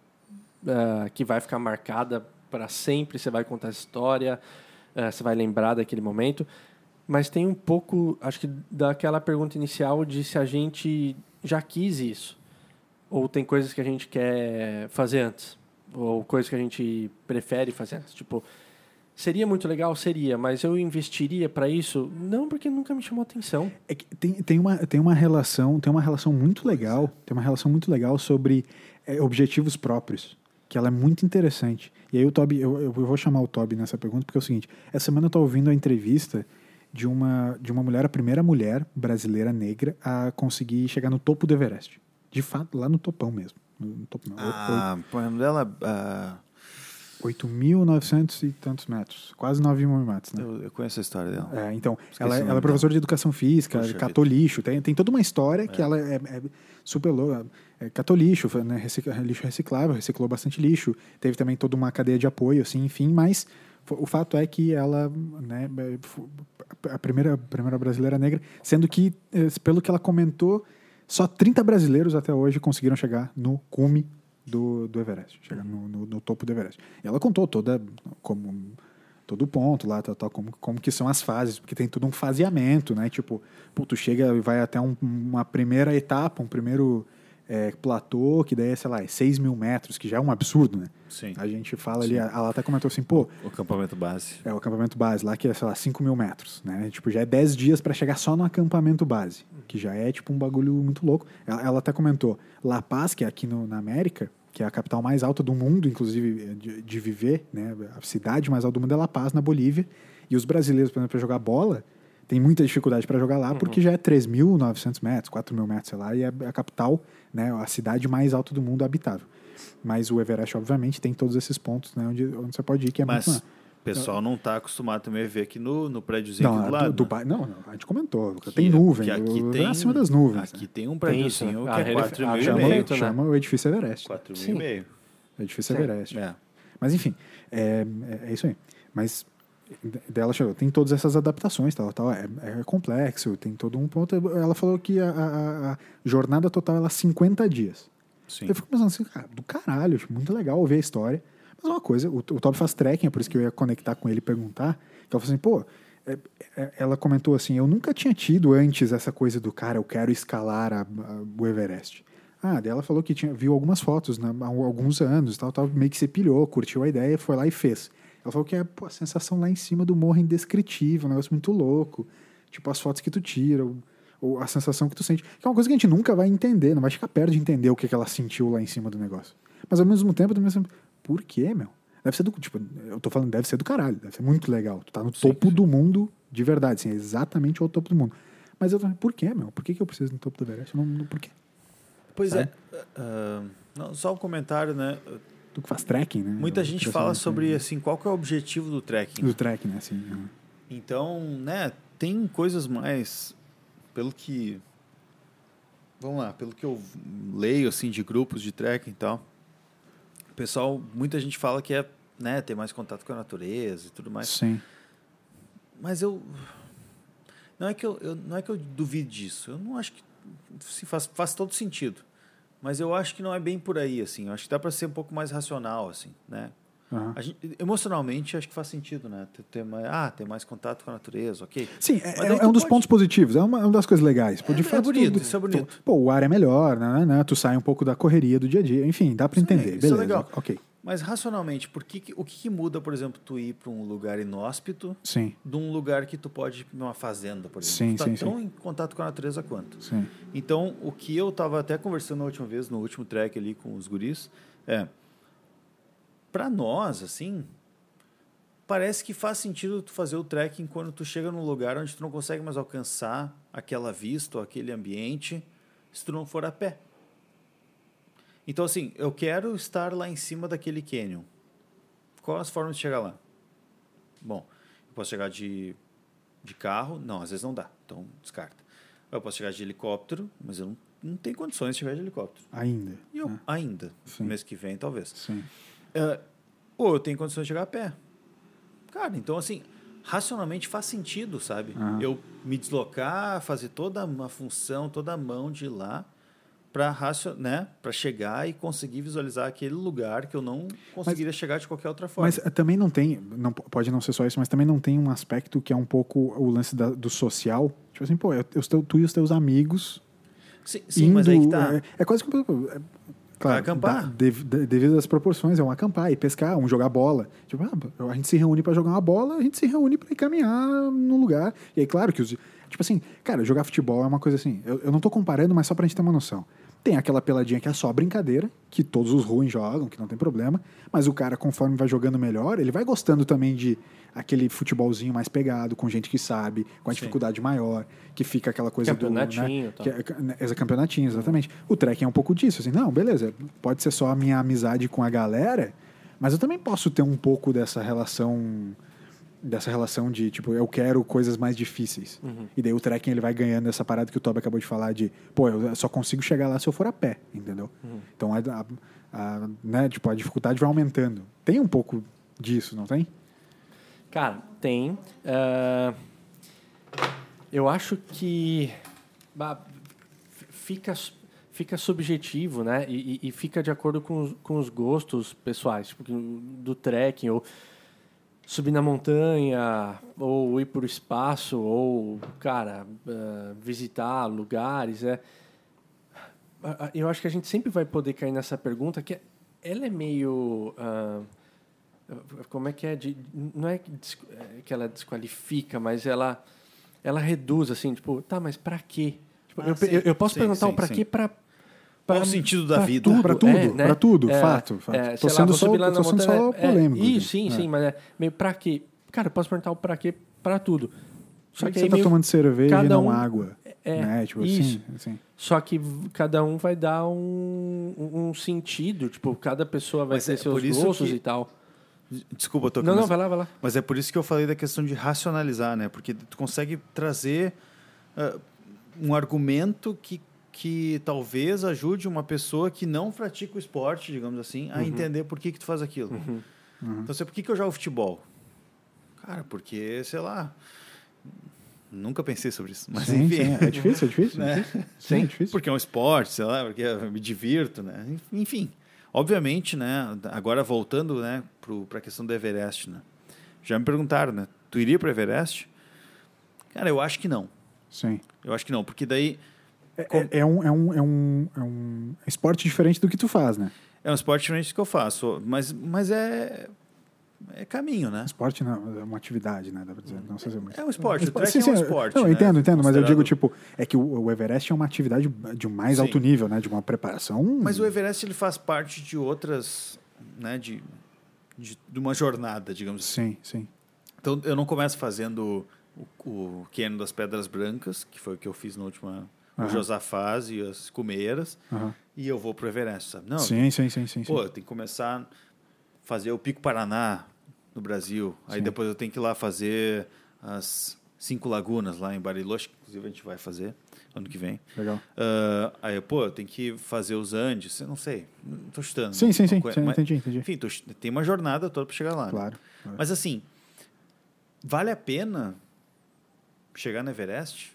ah, que vai ficar marcada para sempre, você vai contar essa história, ah, você vai lembrar daquele momento, mas tem um pouco, acho que daquela pergunta inicial de se a gente já quis isso, ou tem coisas que a gente quer fazer antes, ou coisas que a gente prefere fazer antes, tipo... Seria muito legal? Seria, mas eu investiria para isso? Não, porque nunca me chamou atenção.
É que tem, tem, uma, tem uma relação, tem uma relação muito legal, tem uma relação muito legal sobre é, objetivos próprios, que ela é muito interessante. E aí o Toby, eu, eu vou chamar o Toby nessa pergunta, porque é o seguinte, essa semana eu tô ouvindo a entrevista de uma, de uma mulher, a primeira mulher brasileira negra a conseguir chegar no topo do Everest. De fato, lá no topão mesmo. No, no topo, não.
Ah, o nome dela... ah,
oito mil e novecentos e tantos metros, quase nove mil metros, né?
eu, eu conheço a história dela.
É, então,
Esqueci
ela,
o
é-
nome
ela é professora de educação física,
Puxa
catou lixo, tem, tem toda uma história que ela é, é super louca. É, catou lixo, foi, né, recicla- lixo reciclável, reciclou bastante lixo, teve também toda uma cadeia de apoio, assim, enfim, mas fo- o fato é que ela, né, é, fo- a primeira, primeira brasileira negra, sendo que, eh, pelo que ela comentou, só trinta brasileiros até hoje conseguiram chegar no cume do, do Everest, chegar no, no, no topo do Everest. E ela contou toda, como, todo o ponto lá, tal, tal, como, como que são as fases, porque tem tudo um faseamento, né? Tipo, pô, tu chega e vai até um- uma primeira etapa, um primeiro é, platô, que daí é, sei lá, é seis mil metros, que já é um absurdo, né?
Sim.
A gente fala
Sim.
ali, ela até comentou assim, pô,
O acampamento base.
é o acampamento base lá, que é, sei lá, cinco mil metros, né? Tipo, já é dez dias para chegar só no acampamento base, que já é, tipo, um bagulho muito louco. Ela, ela até comentou, La Paz, que é aqui no, na América, que é a capital mais alta do mundo, inclusive, de, de viver, né? A cidade mais alta do mundo é La Paz, na Bolívia. E os brasileiros, por exemplo, para jogar bola, tem muita dificuldade para jogar lá, porque já é três mil e novecentos metros, quatro mil metros, sei lá, e é a capital, né? A cidade mais alta do mundo habitável. Mas o Everest, obviamente, tem todos esses pontos, né? Onde, onde você pode ir, que é
Mas
muito...
o pessoal não está acostumado também a ver aqui no, no prédiozinho
Não,
aqui do
do,
lado.
do
né?
ba- não, não, a gente comentou.
Que-
tem nuvem,
que aqui
o-
tem,
acima das nuvens.
Aqui
né?
tem um
Tem isso,
prédiozinho
né?
que
Ah,
é
ele-
quatro
ah,
mil e
chama-
meio.
feito, né?
chama o edifício Everest.
quatro mil
Sim.
e meio.
O edifício
Sim.
Everest.
É.
Mas enfim, é, é, é isso aí. Mas dela chegou, tem todas essas adaptações, tal, tal, é, é complexo, tem todo um ponto. Ela falou que a, a- a jornada total ela é cinquenta dias.
Sim.
Eu fico pensando assim, cara, do caralho, tipo, muito legal ouvir a história. Mas uma coisa, o, o Toby faz trekking, é por isso que eu ia conectar com ele e perguntar. Que ela falou assim, pô, é, é, ela comentou assim, eu nunca tinha tido antes essa coisa do cara, eu quero escalar a, a, o Everest. Ah, daí ela falou que tinha, viu algumas fotos né, há alguns anos, tal, tal, meio que se pilhou, curtiu a ideia, foi lá e fez. Ela falou que é, pô, a sensação lá em cima do morro é indescritível, um negócio muito louco. Tipo, as fotos que tu tira, ou, ou a sensação que tu sente. Que é uma coisa que a gente nunca vai entender, não vai ficar perto de entender o que, que ela sentiu lá em cima do negócio. Mas ao mesmo tempo, eu também penso, por quê, meu? Deve ser do, tipo, eu tô falando, deve ser do caralho, deve ser muito legal. Tu tá no sim, topo sim. do mundo de verdade, assim, é exatamente o topo do mundo. Mas eu tô, por quê, meu? Por que, que eu preciso no topo do Everest? Não, não, por quê?
Pois Sabe? é. Uh, não, só um comentário, né?
Tu que faz trekking, né?
Muita
eu
gente fala sobre, assim, qual que é o objetivo do trekking.
Do trekking, né? Assim, uhum.
Então, né, tem coisas mais, pelo que, vamos lá, pelo que eu leio, assim, de grupos de trekking e tal, o pessoal, muita gente fala que é, né, ter mais contato com a natureza e tudo mais.
Sim.
Mas eu, não é que eu, eu não é que eu duvide disso, eu não acho que se faz, faz todo sentido, mas eu acho que não é bem por aí, assim, eu acho que dá para ser um pouco mais racional, assim, né. Uhum. A gente, emocionalmente, acho que faz sentido, né? Ter, ter mais, ah, ter mais contato com a natureza, ok?
Sim, é, é um dos pode... pontos positivos, é uma, é uma das coisas legais. Pô, de
é,
fato,
é bonito,
tu,
isso é bonito.
Tu, pô, o ar é melhor, né, né? Tu sai um pouco da correria do dia a dia, enfim, dá para entender,
isso
beleza.
É legal.
Ok.
Mas, racionalmente, por que, o que, que muda, por exemplo, tu ir para um lugar inóspito
sim.
de um lugar que tu pode ir para uma fazenda, por exemplo?
Sim,
tu tá
sim,
tão
sim.
em contato com a natureza quanto.
Sim.
Então, o que eu estava até conversando na última vez, no último trek ali com os guris, é, para nós, assim, parece que faz sentido tu fazer o trekking quando tu chega num lugar onde tu não consegue mais alcançar aquela vista ou aquele ambiente se tu não for a pé. Então, assim, eu quero estar lá em cima daquele canyon. Quais as formas de chegar lá? Bom, eu posso chegar de, de carro. Não, às vezes não dá. Então, descarta. Eu posso chegar de helicóptero, mas eu não, não tenho condições de chegar de helicóptero.
Ainda.
E eu,
é.
Ainda.
Sim.
Mês que vem, talvez.
Sim.
Uh, ou eu tenho condições de chegar a pé. Cara, então, assim, racionalmente faz sentido, sabe?
Uhum.
Eu me deslocar, fazer toda uma função, toda a mão de ir lá, para né, para chegar e conseguir visualizar aquele lugar que eu não conseguiria mas, chegar de qualquer outra forma.
Mas também não tem, não, pode não ser só isso, mas também não tem um aspecto que é um pouco o lance da, do social. Tipo assim, pô, eu, eu, tu e os teus amigos.
Sim, sim
indo,
mas aí que tá.
É, é quase que. É, claro,
acampar.
Da, de, de, devido às proporções, é um acampar e pescar, um jogar bola. Tipo, ah, a gente se reúne para jogar uma bola, a gente se reúne para ir caminhar num lugar. E aí, claro que os. Tipo assim, cara, jogar futebol é uma coisa assim. Eu, eu não tô comparando, mas só pra gente ter uma noção. Tem aquela peladinha que é só brincadeira, que todos os ruins jogam, que não tem problema, mas o cara, conforme vai jogando melhor, ele vai gostando também de aquele futebolzinho mais pegado, com gente que sabe, com a Sim. dificuldade maior, que fica aquela coisa
campeonatinho,
do... Né, que é, é, campeonatinho, exatamente. Uhum. O trekking é um pouco disso, assim, não, beleza, pode ser só a minha amizade com a galera, mas eu também posso ter um pouco dessa relação... dessa relação de, tipo, eu quero coisas mais difíceis. Uhum. E daí o trekking ele vai ganhando essa parada que o Toby acabou de falar de, pô, eu só consigo chegar lá se eu for a pé, entendeu? Uhum. Então, a, a, a, né, tipo, a dificuldade vai aumentando. Tem um pouco disso, não tem?
Cara, tem. Uh, eu acho que bah, fica, fica subjetivo, né? E, e, e fica de acordo com os, com os gostos pessoais, tipo, do trekking, ou subir na montanha, ou ir para o espaço, ou, cara, uh, visitar lugares. É. Eu acho que a gente sempre vai poder cair nessa pergunta, que ela é meio... Uh, como é que é? De, não é que ela desqualifica, mas ela, ela reduz, assim, tipo, tá, mas para quê? Tipo, ah, eu, eu, eu posso sim, perguntar sim, o para quê para...
Qual o sentido da vida?
Tudo, para tudo,
é, né?
para tudo,
é,
fato. fato.
É,
tô sendo
lá,
só,
lá
tô sendo só polêmico.
É, isso, sim,
é.
sim, mas é meio para quê? Cara, eu posso perguntar o para quê para tudo.
Só que, que você tá tomando cerveja e não um, água.
É,
né? Tipo,
isso.
Assim, assim.
Só que cada um vai dar um, um sentido. Tipo, cada pessoa vai mas ter é seus gostos que... e tal.
Desculpa, eu tô aqui,
Não,
mas...
não, vai lá, vai lá.
Mas é por isso que eu falei da questão de racionalizar, né? Porque tu consegue trazer uh, um argumento que, que talvez ajude uma pessoa que não pratica o esporte, digamos assim, a uhum. entender por que que tu faz aquilo.
Uhum.
Uhum.
Então, por que que eu jogo futebol? Cara, porque, sei lá... Nunca pensei sobre isso, mas
sim,
enfim.
Sim, é difícil, é difícil.
Né?
É difícil.
Sim,
é difícil.
Porque é um esporte, sei lá, porque eu me divirto, né? Enfim, obviamente, né? Agora voltando, né, para a questão do Everest, né? Já me perguntaram, né? Tu iria para o Everest? Cara, eu acho que não.
Sim.
Eu acho que não, porque daí...
É, com... é, um, é, um, é, um, é um esporte diferente do que tu faz, né?
É um esporte diferente do que eu faço, mas, mas é... é caminho, né?
Esporte não, é uma atividade, né? Dá pra dizer. Não sei se é, muito...
é um esporte, o
sim,
trekking
sim,
é um esporte.
Não, eu
né?
entendo, entendo, mas eu digo,
Considerado-
tipo, é que o, o Everest é uma atividade de um mais
Sim.
alto nível, né? De uma preparação.
Mas o Everest ele faz parte de outras, né? De, de, de uma jornada, digamos assim.
Sim, sim.
Então eu não começo fazendo o, o Canyon das Pedras Brancas, que foi o que eu fiz na última, o
Aham.
Josafás e as Cumeiras,
Aham.
e eu vou pro Everest, sabe? Não,
Sim, sim, sim, sim.
pô,
sim.
eu tenho que começar a fazer o Pico Paraná no Brasil. Aí
Sim.
depois eu tenho que ir lá fazer as Cinco Lagunas lá em Bariloche, que inclusive a gente vai fazer ano que vem.
Legal.
Ah, aí, pô, eu tenho que fazer os Andes, eu não sei, não tô chutando.
Sim, sim,
Não
sim.
conhe-
sim,
mas-
entendi, entendi.
Enfim, tô ch- tem uma jornada toda para chegar lá. né?
Claro. claro.
Mas assim, vale a pena chegar no Everest?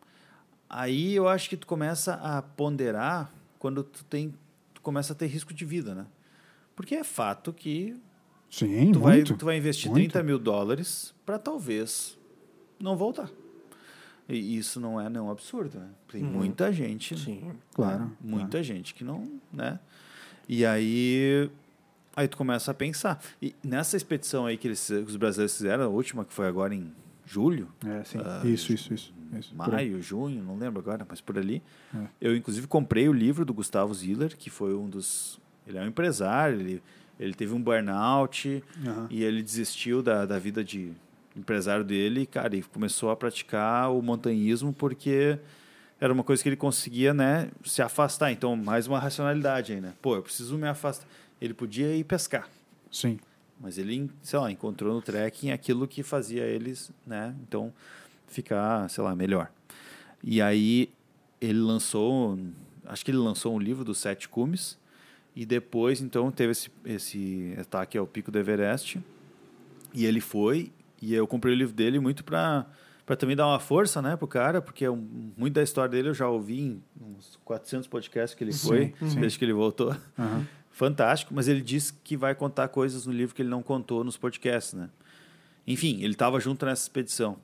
Aí eu acho que tu começa a ponderar quando tu tem, tu começa a ter risco de vida, né? Porque é fato que
Sim,
tu vai,
muito.
tu vai investir
muito.
trinta mil dólares para talvez não voltar. E isso não é não absurdo, né? Tem
Uhum.
muita gente,
Sim.
Claro.
né? muita
claro.
gente que não, né? E aí aí tu começa a pensar. E nessa expedição aí que, eles, que os brasileiros fizeram, a última que foi agora em julho,
É, sim.
Ah,
isso, isso, isso. isso. Por aí.
maio, junho, não lembro agora, mas por ali.
É.
Eu, inclusive, comprei o livro do Gustavo Ziller, que foi um dos... Ele é um empresário, ele, ele teve um burnout
Aham.
e ele desistiu da, da vida de empresário dele, cara, e começou a praticar o montanhismo porque era uma coisa que ele conseguia, né, se afastar. Então, mais uma racionalidade aí, né? Pô, eu preciso me afastar. Ele podia ir pescar.
Sim.
Mas ele, sei lá, encontrou no trekking aquilo que fazia eles, né? Então, ficar, sei lá, melhor. E aí, ele lançou, acho que ele lançou um livro dos Sete Cumes, e depois, então, teve esse, esse ataque ao Pico do Everest, e ele foi, e eu comprei o livro dele muito para para também dar uma força, né, pro cara, porque um, muito da história dele eu já ouvi em uns quatrocentos podcasts que ele
Sim,
foi,
sim.
desde que ele voltou.
Aham.
Fantástico, mas ele disse que vai contar coisas no livro que ele não contou nos podcasts, né? Enfim, ele estava junto nessa expedição.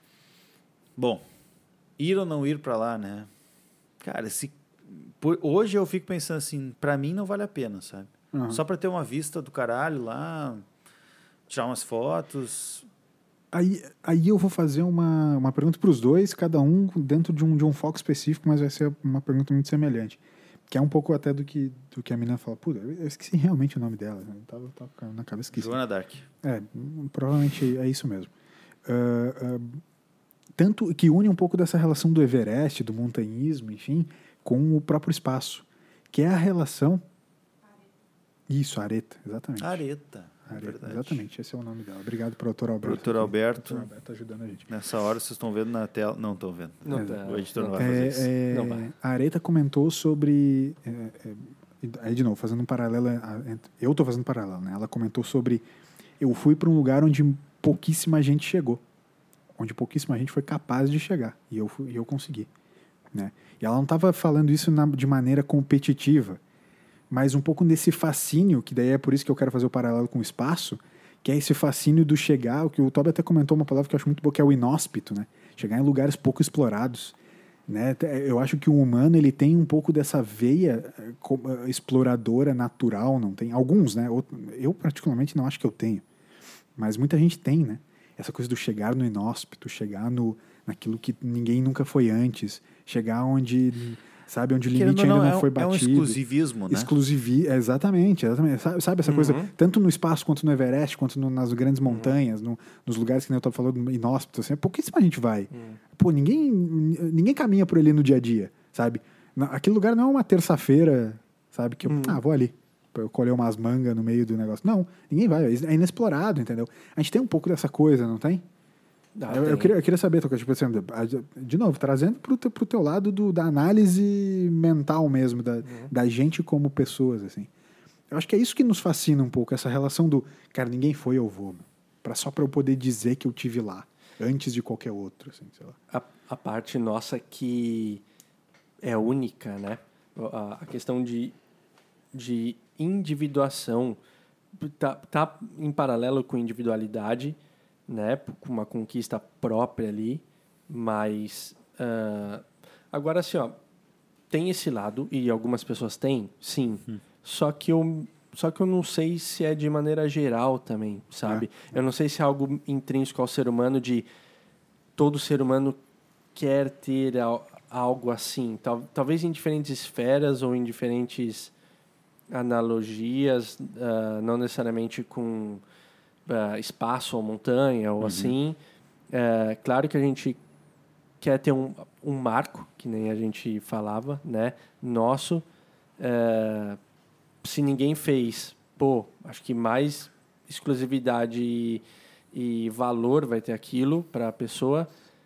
Bom, ir ou não ir para lá, né? Cara, se, por, hoje eu fico pensando assim, para mim não vale a pena, sabe?
Aham.
Só para ter uma vista do caralho lá, tirar umas fotos.
Aí, aí eu vou fazer uma, uma pergunta para os dois, cada um dentro de um, de um foco específico, mas vai ser uma pergunta muito semelhante. Que é um pouco até do que, do que a menina fala. Puta, eu esqueci realmente o nome dela. Né? Tava, tava na cabeça esqueci.
Joana Dark.
É, hum, provavelmente é isso mesmo. Ah, ah, tanto que une um pouco dessa relação do Everest, do montanhismo, enfim, com o próprio espaço. Que é a relação... Isso, Areta, exatamente.
Areta, é
Areta,
verdade.
exatamente, esse é o nome dela. Obrigado, produtor Alberto.
Produtor
aqui.
Alberto.
Produtor Alberto ajudando a gente.
Nessa hora vocês estão vendo na tela. Não estão vendo.
Não,
É,
tá-
o editor não
não
vai fazer
É,
isso.
é,
Não vai.
a Areta comentou sobre. é, é, aí, de novo, fazendo um paralelo. a- entre- Eu estou fazendo um paralelo, né? Ela comentou sobre. Eu fui para um lugar onde pouquíssima gente chegou. Onde pouquíssima gente foi capaz de chegar. E eu, fui, e eu consegui. Né? E ela não estava falando isso na, de maneira competitiva, mas um pouco nesse fascínio, que daí é por isso que eu quero fazer o paralelo com o espaço, que é esse fascínio do chegar, o que o Toby até comentou uma palavra que eu acho muito boa, que é o inóspito, né? Chegar em lugares pouco explorados, né? Eu acho que o humano, ele tem um pouco dessa veia eh, co- eh, exploradora natural, não tem? Alguns, né? Outro- Eu particularmente não acho que eu tenho, mas muita gente tem, né? Essa coisa do chegar no inóspito, chegar no, naquilo que ninguém nunca foi antes, chegar onde, sabe, onde o limite
Querendo ou
ainda
não,
não
é,
foi
um- é um
batido.
exclusivismo, né?
Exclusivi, é, exatamente, exatamente. Sabe, sabe essa
Uhum.
coisa, tanto no espaço quanto no Everest, quanto no- nas grandes montanhas, no- nos lugares que nem eu estava falando, inóspitos, assim, pouquíssima gente vai.
Uhum.
Pô, ninguém, ninguém caminha por ali no dia a dia, sabe? Na- Aquele lugar não é uma terça-feira, sabe, que eu,
Uhum.
ah, vou ali, pra eu colher umas mangas no meio do negócio. Não, ninguém vai, é inexplorado, entendeu? A gente tem um pouco dessa coisa, não tem?
Ah,
eu, eu
tem.
queria, eu queria saber, Toca, tipo assim, de novo, trazendo pro, teu- pro teu lado do, da análise mental mesmo, da, da gente como pessoas, assim. Eu acho que é isso que nos fascina um pouco, essa relação do, cara, ninguém foi, eu vou, pra, só pra eu poder dizer que eu tive lá, antes de qualquer outro, assim, sei lá.
A, a parte nossa que é única, né? A, a questão de, de individuação tá, tá em paralelo com individualidade, né? Com uma conquista própria ali, mas ah, agora assim, ó, tem esse lado e algumas pessoas têm, sim. Só que eu só que eu não sei se é de maneira geral também, sabe? É. Eu não sei se é algo intrínseco ao ser humano de todo ser humano quer ter algo assim. Tal, talvez em diferentes esferas ou em diferentes analogias, uh, não necessariamente com uh, espaço ou montanha ou uhum. assim. É, claro que a gente quer ter um, um marco, que nem a gente falava, né? Nosso. É, se ninguém fez, pô, acho que mais exclusividade e, e valor vai ter aquilo para a pessoa,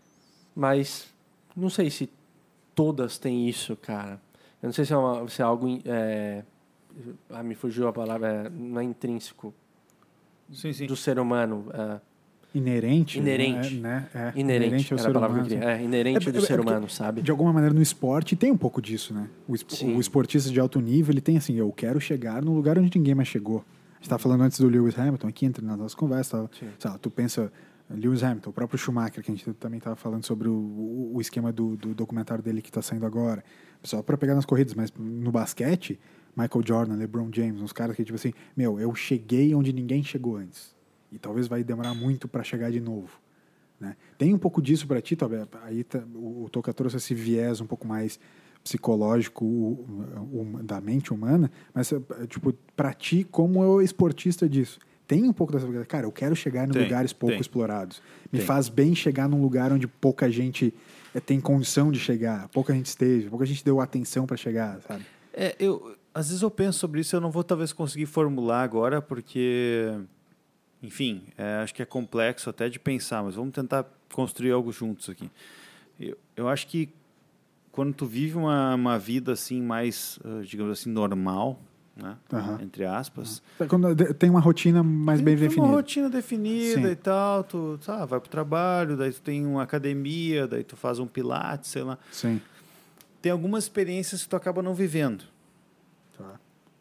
mas não sei se todas têm isso, cara. Eu não sei se é, uma, se é algo... É, ah, me fugiu a palavra, é, não é intrínseco
sim, sim.
do ser humano. É,
inerente.
Inerente.
Né? É, é,
inerente,
inerente ao
era
ser
a palavra
humano.
Que eu queria. É, inerente
é,
do
é,
ser
é
humano, sabe?
De alguma maneira, no esporte tem um pouco disso, né? O, o esportista de alto nível, ele tem assim, eu quero chegar num lugar onde ninguém mais chegou. A gente estava falando antes do Lewis Hamilton, aqui entre nas nossas conversas, tava, sei lá, tu pensa Lewis Hamilton, o próprio Schumacher, que a gente também estava falando sobre o, o, o esquema do, do documentário dele que está saindo agora. Só para pegar nas corridas, mas no basquete, Michael Jordan, LeBron James, uns caras que tipo assim, meu, eu cheguei onde ninguém chegou antes. E talvez vai demorar muito para chegar de novo. Né? Tem um pouco disso para ti, Tobi? Aí tá, o, o Toca trouxe esse viés um pouco mais psicológico o, o, da mente humana, mas tipo, para ti, como esportista disso, tem um pouco dessa... Cara, eu quero chegar em tem, lugares pouco tem. explorados. Me tem. faz bem chegar num lugar onde pouca gente é, tem condição de chegar, pouca gente esteve, pouca gente deu atenção para chegar, sabe?
É, eu, às vezes eu penso sobre isso, eu não vou talvez conseguir formular agora, porque... Enfim, é, acho que é complexo até de pensar, mas vamos tentar construir algo juntos aqui. Eu, eu acho que quando tu vive uma, uma vida assim mais, uh, digamos assim, normal, né? Uhum. Entre aspas.
Uhum. Quando tem uma rotina mais
tem,
bem
tem
definida.
Uma rotina definida Sim. e tal, tu sabe, vai pro trabalho, daí tu tem uma academia, daí tu faz um pilates, sei lá.
Sim.
Tem algumas experiências que tu acaba não vivendo.
Tá.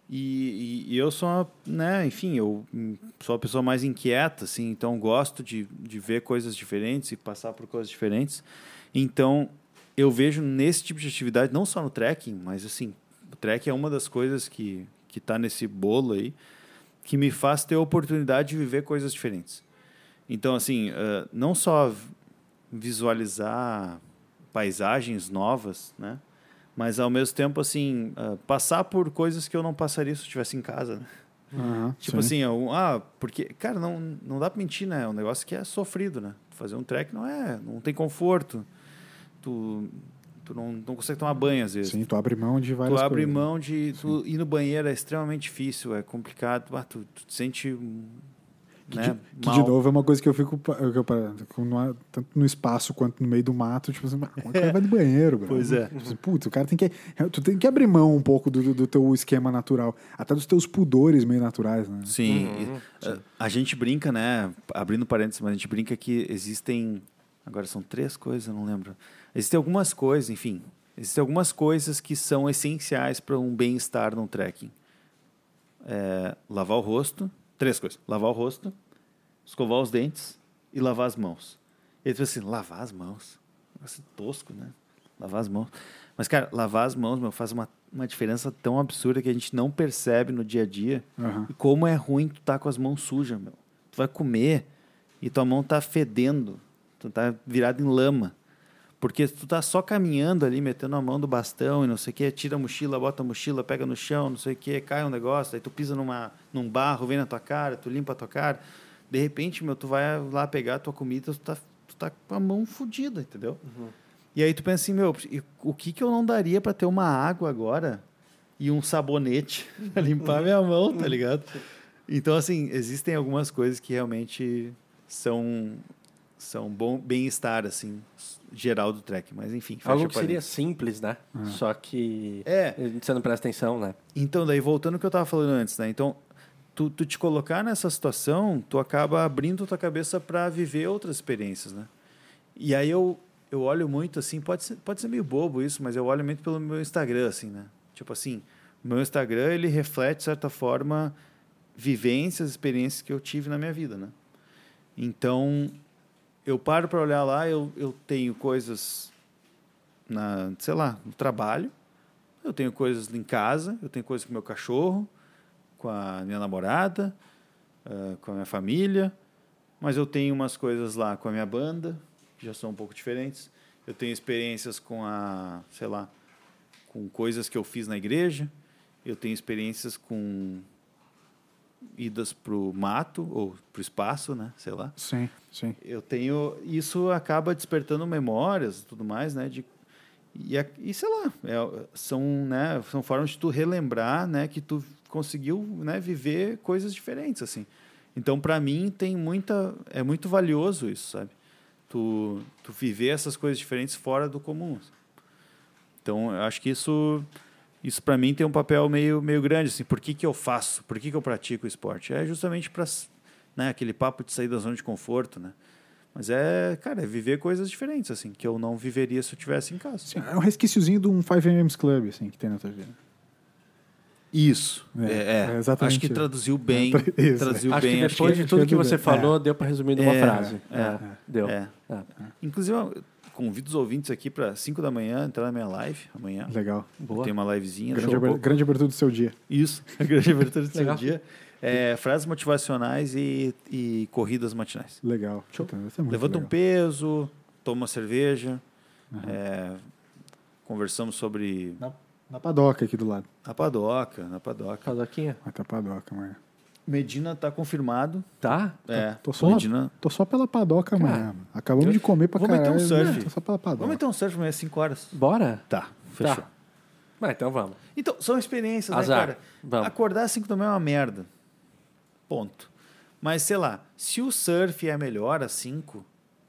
E, e, e eu sou, uma, né, enfim, eu sou a pessoa mais inquieta, assim, então gosto de, de ver coisas diferentes e passar por coisas diferentes. Então, eu vejo nesse tipo de atividade, não só no trekking, mas assim, o trekking é uma das coisas que que está nesse bolo aí, que me faz ter a oportunidade de viver coisas diferentes. Então, assim, uh, não só visualizar paisagens novas, né? Mas, ao mesmo tempo, assim, uh, passar por coisas que eu não passaria se eu estivesse em casa, né?
Uhum,
tipo
sim.
assim, eu, ah, porque, cara, não, não dá pra mentir, né? É um negócio que é sofrido, né? Fazer um trek não é, não tem conforto. Tu, tu não, não consegue tomar banho, às vezes.
Sim, tu abre mão de várias
coisas. Tu abre
coisas.
mão de... Tu ir no banheiro é extremamente difícil, é complicado. Ah, tu, tu te sente...
Que,
né,
de, que de novo é uma coisa que eu fico que eu, no, tanto no espaço quanto no meio do mato, tipo assim, como é que o cara vai no banheiro, bro?
Pois é.
Tipo assim, putz, o cara tem que tu tem que abrir mão um pouco do, do teu esquema natural, até dos teus pudores meio naturais, né?
Sim.
Uhum.
E, a, a gente brinca, né, abrindo parênteses, mas a gente brinca que existem, agora são três coisas, eu não lembro. Existem algumas coisas, enfim, existem algumas coisas que são essenciais para um bem-estar num trekking. É, lavar o rosto, três coisas. Lavar o rosto, escovar os dentes e lavar as mãos. E aí tu assim, lavar as mãos? Negócio tosco, né? Lavar as mãos. Mas, cara, lavar as mãos, meu, faz uma, uma diferença tão absurda que a gente não percebe no dia a dia.
Uhum.
E como é ruim tu tá com as mãos sujas, meu. Tu vai comer e tua mão tá fedendo. Tu tá virado em lama. Porque tu tá só caminhando ali, metendo a mão do bastão e não sei o que, tira a mochila, bota a mochila, pega no chão, não sei o que, cai um negócio, aí tu pisa numa, num barro, vem na tua cara, tu limpa a tua cara. De repente, meu, tu vai lá pegar a tua comida, tu tá, tu tá com a mão fodida, entendeu?
Uhum.
E aí tu pensa assim, meu, o que que eu não daria para ter uma água agora e um sabonete pra limpar minha mão, tá ligado? Então, assim, existem algumas coisas que realmente são, são bom bem-estar, assim, geral do trek, mas enfim.
Algo que seria simples, né? Uhum. Só que
é.
você não presta atenção, né?
Então, daí, voltando ao que eu tava falando antes, né? Então, tu, tu te colocar nessa situação, tu acaba abrindo tua cabeça para viver outras experiências, né? E aí eu, eu olho muito, assim, pode ser, pode ser meio bobo isso, mas eu olho muito pelo meu Instagram, assim, né? Tipo assim, o meu Instagram, ele reflete, de certa forma, vivências, experiências que eu tive na minha vida, né? Então, eu paro para olhar lá, eu, eu tenho coisas, na, sei lá, no trabalho, eu tenho coisas em casa, eu tenho coisas com meu cachorro, com a minha namorada, uh, com a minha família, mas eu tenho umas coisas lá com a minha banda, que já são um pouco diferentes. Eu tenho experiências com a, sei lá, com coisas que eu fiz na igreja. Eu tenho experiências com idas pro mato ou pro espaço, né? Sei lá.
Sim, sim.
Eu tenho... Isso acaba despertando memórias e tudo mais, né? De, e, e sei lá, é, são, né, são formas de tu relembrar, né? Que tu conseguiu, né, viver coisas diferentes, assim. Então, para mim, tem muita... É muito valioso isso, sabe? Tu, tu viver essas coisas diferentes fora do comum. Então, eu acho que isso... Isso, para mim, tem um papel meio, meio grande. Assim, por que, que eu faço? Por que, que eu pratico o esporte? É justamente para, né, aquele papo de sair da zona de conforto, né? Mas é, cara, é viver coisas diferentes, assim, que eu não viveria se eu estivesse em casa.
Sim, é um resquíciozinho de um cinco A M Club, assim, que tem na tua vida.
Isso.
É,
É, é.
é exatamente
acho que
isso.
traduziu bem.
Isso.
Traduziu
Acho
bem.
que
Acho
depois
que
de tudo que você
é.
falou, deu para resumir numa
É,
frase.
é,
É, deu.
É.
É.
Inclusive, eu convido os ouvintes aqui para cinco da manhã entrar na minha live amanhã.
Legal.
Boa.
Tem uma livezinha.
Grande,
show,
aber,
pouco.
grande abertura do seu dia.
Isso, a grande abertura do seu
Legal.
dia. É, frases motivacionais e, e corridas matinais.
Legal.
Show.
Então, isso é muito
Levanta
legal.
um peso, toma uma cerveja,
Uhum.
é, conversamos sobre
Na, na padoca aqui do lado.
a padoca, na padoca.
Casaquinha?
Vai tá padoca, amanhã.
Medina está confirmado.
Tá?
É,
Tô só,
Medina.
tô só pela padoca
Cara,
amanhã. mano. Acabamos
eu-
de comer pra
vou meter
caralho.
um surf.
né? Tô só pela padoca.
Vamos meter um surf amanhã às cinco horas.
Bora?
Tá, fechou.
Tá. Ah, então vamos.
Então, são experiências,
Azar.
né, cara?
Vamos.
Acordar às cinco da manhã é uma merda. Ponto. Mas, sei lá, se o surf é melhor às cinco,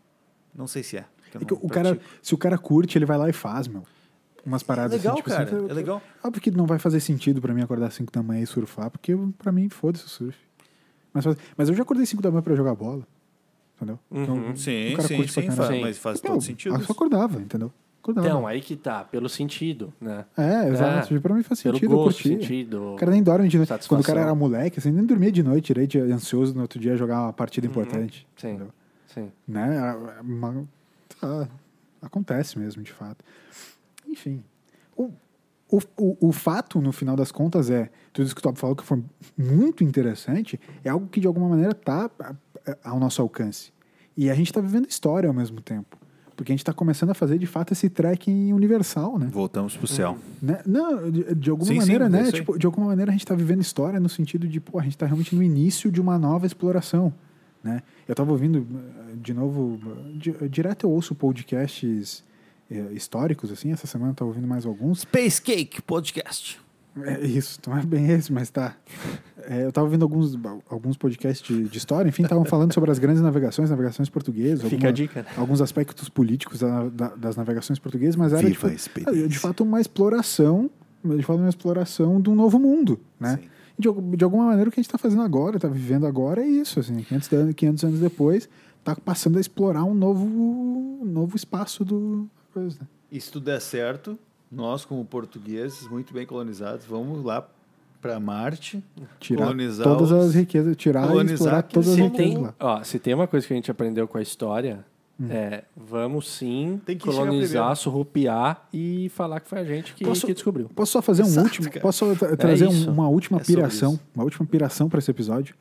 não sei se é. porque eu
É que
não
o cara,
pratico.
se o cara curte, ele vai lá e faz, meu. Umas paradas
É legal,
assim, tipo
cara,
assim, eu-
é legal.
Óbvio que não vai fazer sentido pra mim acordar às cinco da manhã e surfar, porque eu- pra mim, foda-se o surf. Mas, faz- mas eu já acordei cinco da manhã pra jogar bola. Entendeu?
Uhum.
Sim,
o cara
sim,
curte pra
sim,
caralho.
faz,
Sim.
mas faz
Pô,
todo sentido.
Eu
isso.
só acordava, entendeu? Acordava.
Então, aí que tá, pelo sentido, né?
É, exato.
É,
Pra mim faz
Pelo
sentido, eu
gosto,
curti.
sentido.
O cara nem dorme de noite.
satisfação.
Quando o cara era moleque, assim, nem dormia de noite direito, ansioso no outro dia jogar uma partida importante.
Sim.
Entendeu?
Sim.
Né? Era uma- tá, acontece mesmo, de fato. Enfim. O, o, o, o fato, no final das contas, é... Tudo isso que o Top falou que foi muito interessante, é algo que, de alguma maneira, está ao nosso alcance. E a gente está vivendo história ao mesmo tempo. Porque a gente está começando a fazer, de fato, esse trekking universal, né?
Voltamos pro céu.
Né? Não, de, de alguma
Sim,
maneira,
sim, é
né?
isso aí.
Tipo, de alguma maneira a gente está vivendo história no sentido de, pô, a gente está realmente no início de uma nova exploração, né? Eu estava ouvindo, eh, de novo, eh, di- direto eu ouço podcasts eh, históricos, assim, essa semana eu estava ouvindo mais alguns.
Space Cake Podcast.
É isso, não é bem esse, mas tá. É, eu estava ouvindo alguns, alguns podcasts de, de história, enfim, estavam falando sobre as grandes navegações, navegações portuguesas,
Fica
alguma-
a dica, né?
alguns aspectos políticos da- da- das navegações portuguesas, mas era,
Viva
tipo,
a experiência.
de fato, uma exploração, de fato, uma exploração de um novo mundo, né?
Sim.
De, al- de alguma maneira, o que a gente está fazendo agora, está vivendo agora, é isso, assim, quinhentos, anos- quinhentos anos depois, está passando a explorar um novo, um novo espaço do coisa, né?
E se tudo der certo, nós, como portugueses, muito bem colonizados, vamos lá para Marte,
Tirar
colonizar
todas
os-
as riquezas, tirar e
colonizar
explorar
aquele
todas as
sim,
riquezas
Tem,
lá.
ó, se tem uma coisa que a gente aprendeu com a história, é vamos sim
Tem que chegar
colonizar,
primeiro.
surrupiar e falar que foi a gente que,
Posso-
que descobriu.
Posso só fazer um
Exato,
último?
cara.
Posso só tra- trazer um-
isso.
uma última
É sobre
piração?
isso.
Uma última piração para esse episódio?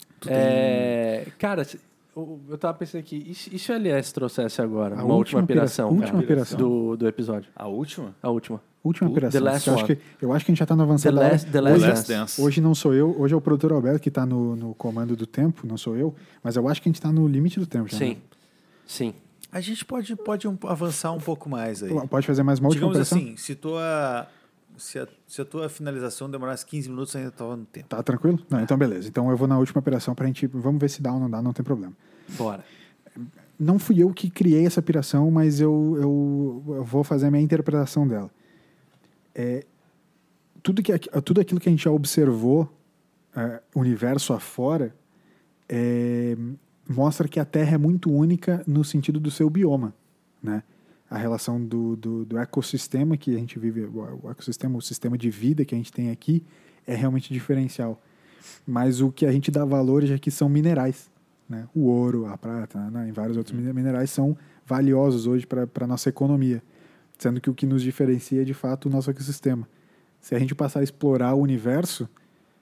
É, cara, se- eu eu tava pensando aqui, e se, e se o L S trouxesse agora
A
uma última,
última pira-
piração,
última
cara,
piração.
do, do episódio?
A última?
A última.
Última
The
piração.
Last
eu, acho
One.
que, eu acho que a gente já está no
The
avançado da hora.
Last, the
The
last
Last
Dance.
Dance.
Hoje não sou eu, hoje é o produtor Alberto que está no, no comando do tempo, não sou eu, mas eu acho que a gente está no limite do tempo já.
Sim,
né?
sim.
A gente pode, pode um- avançar um pouco mais aí.
Pode fazer mais uma última
Digamos
piração?
assim, se, tua, se, a, se a tua finalização demorasse quinze minutos, ainda estava no tempo.
Tá tranquilo? Não, então beleza. Então eu vou na última piração pra gente. Vamos ver se dá ou não dá, não tem problema.
Bora.
Não fui eu que criei essa piração, mas eu, eu, eu vou fazer a minha interpretação dela. É, tudo, que, tudo aquilo que a gente já observou, é, universo afora, é, mostra que a Terra é muito única no sentido do seu bioma, né? A relação do, do, do ecossistema que a gente vive, o ecossistema, o sistema de vida que a gente tem aqui é realmente diferencial. Mas o que a gente dá valor já que são minerais, né? O ouro, a prata, né? E vários outros minerais são valiosos hoje para a nossa economia, sendo que o que nos diferencia é de fato o nosso ecossistema. Se a gente passar a explorar o universo,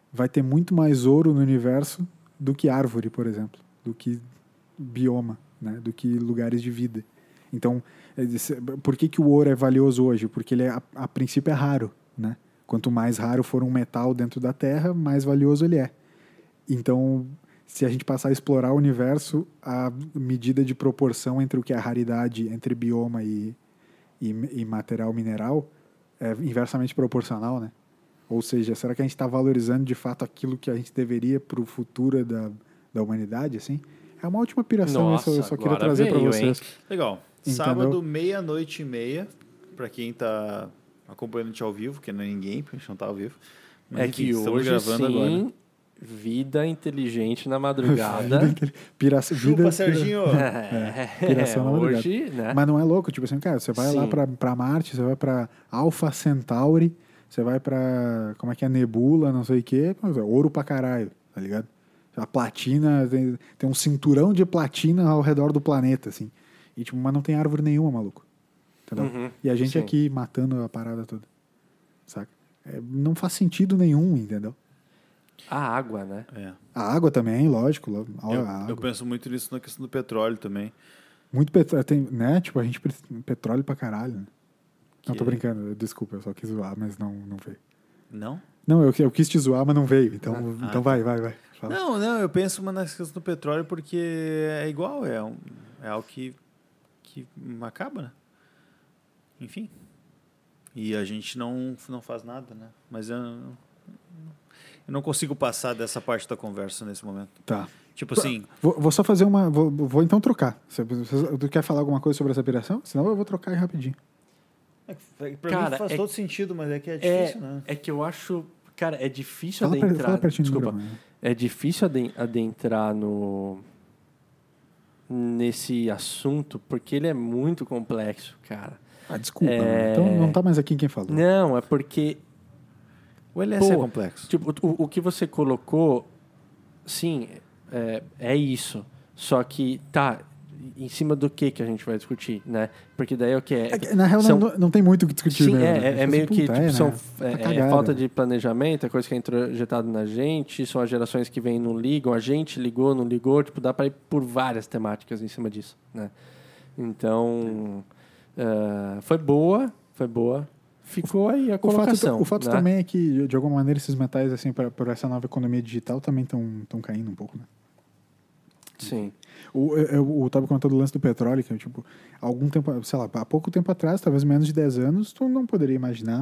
vai ter muito mais ouro no universo do que árvore, por exemplo, do que bioma, né? Do que lugares de vida. Então, por que, que o ouro é valioso hoje? Porque ele, é, a, a princípio, é raro, né? Quanto mais raro for um metal dentro da Terra, mais valioso ele é. Então, se a gente passar a explorar o universo, a medida de proporção entre o que é a raridade, entre bioma e, e, e material mineral, é inversamente proporcional, né? Ou seja, será que a gente está valorizando de fato aquilo que a gente deveria para o futuro da, da humanidade, assim? É uma última piração,
Nossa,
isso eu só queria
agora
trazer para
veio,
vocês.
hein?
Legal.
Entendeu?
Sábado, meia-noite e meia, para quem está acompanhando a gente ao vivo, que não é ninguém, porque a gente não está ao vivo. Mas,
É
enfim,
que
estamos
hoje,
gravando
sim,
agora.
vida inteligente na madrugada.
Vida, piração,
Chupa,
vida,
Serginho!
É, piração na madrugada.
Hoje, né?
Mas não é louco, tipo assim, cara, você vai
Sim.
lá pra, pra Marte, você vai pra Alpha Centauri, você vai pra, como é que é, Nebula, não sei o quê, ouro pra caralho, tá ligado? A platina, tem, tem um cinturão de platina ao redor do planeta, assim. E, tipo, mas não tem árvore nenhuma, maluco. Entendeu?
Uhum,
E a gente
sim.
aqui matando a parada toda. Saca? É, não faz sentido nenhum, entendeu?
A água, né?
É.
A água também, lógico. A,
Eu,
a água.
eu penso muito nisso na questão do petróleo também.
Muito petróleo, tem, né? Tipo, a gente precisa petróleo pra caralho, né? Não,
Que-
tô brincando, desculpa, eu só quis zoar, mas não, não veio.
Não?
Não, eu, eu quis te zoar, mas não veio, então,
Ah,
então
ah,
vai, vai, vai. Fala.
Não, não, eu penso na questão do petróleo porque é igual, é, um, é algo que, que acaba, né? Enfim. E a gente não, não faz nada, né? Mas eu, eu não consigo passar dessa parte da conversa nesse momento.
Tá.
Tipo assim,
Vou, vou só fazer uma. Vou, vou então trocar. Você, você, tu quer falar alguma coisa sobre essa piração? Senão eu vou trocar aí rapidinho.
pra
Cara,
mim faz
é-
todo sentido, mas é que é
É,
difícil, né?
é que eu acho... Cara, é difícil
Fala, per,
adentrar...
fala pertinho do
Desculpa.
microfone.
É difícil aden- adentrar no... nesse assunto, porque ele é muito complexo, cara.
Ah, desculpa.
É...
né? Então não tá mais aqui quem falou.
Não, é porque...
O L S é
Pô,
complexo.
Tipo, o, o que você colocou, sim, é, é isso. Só que, tá, em cima do que que a gente vai discutir, né? Porque daí é o que é...
É que, na real,
são-
não, não tem muito o que discutir
Sim,
mesmo.
é,
né?
é, é meio que
Puta,
tipo,
é,
são,
né?
é,
Tá
é
cagada.
falta de planejamento, é coisa que é introjetada na gente, são as gerações que vêm e não ligam, a gente ligou, não ligou, tipo, dá para ir por várias temáticas em cima disso, né? Então, uh, foi boa, foi boa. Ficou aí a
O
colocação.
fato, o fato
né?
também é que, de alguma maneira, esses metais, assim, pra, por essa nova economia digital, também estão caindo um pouco, né?
Sim.
O, eu, eu, o Tabo comentou do lance do petróleo, que, tipo, algum tempo, sei lá, há pouco tempo atrás, talvez menos de dez anos, tu não poderia imaginar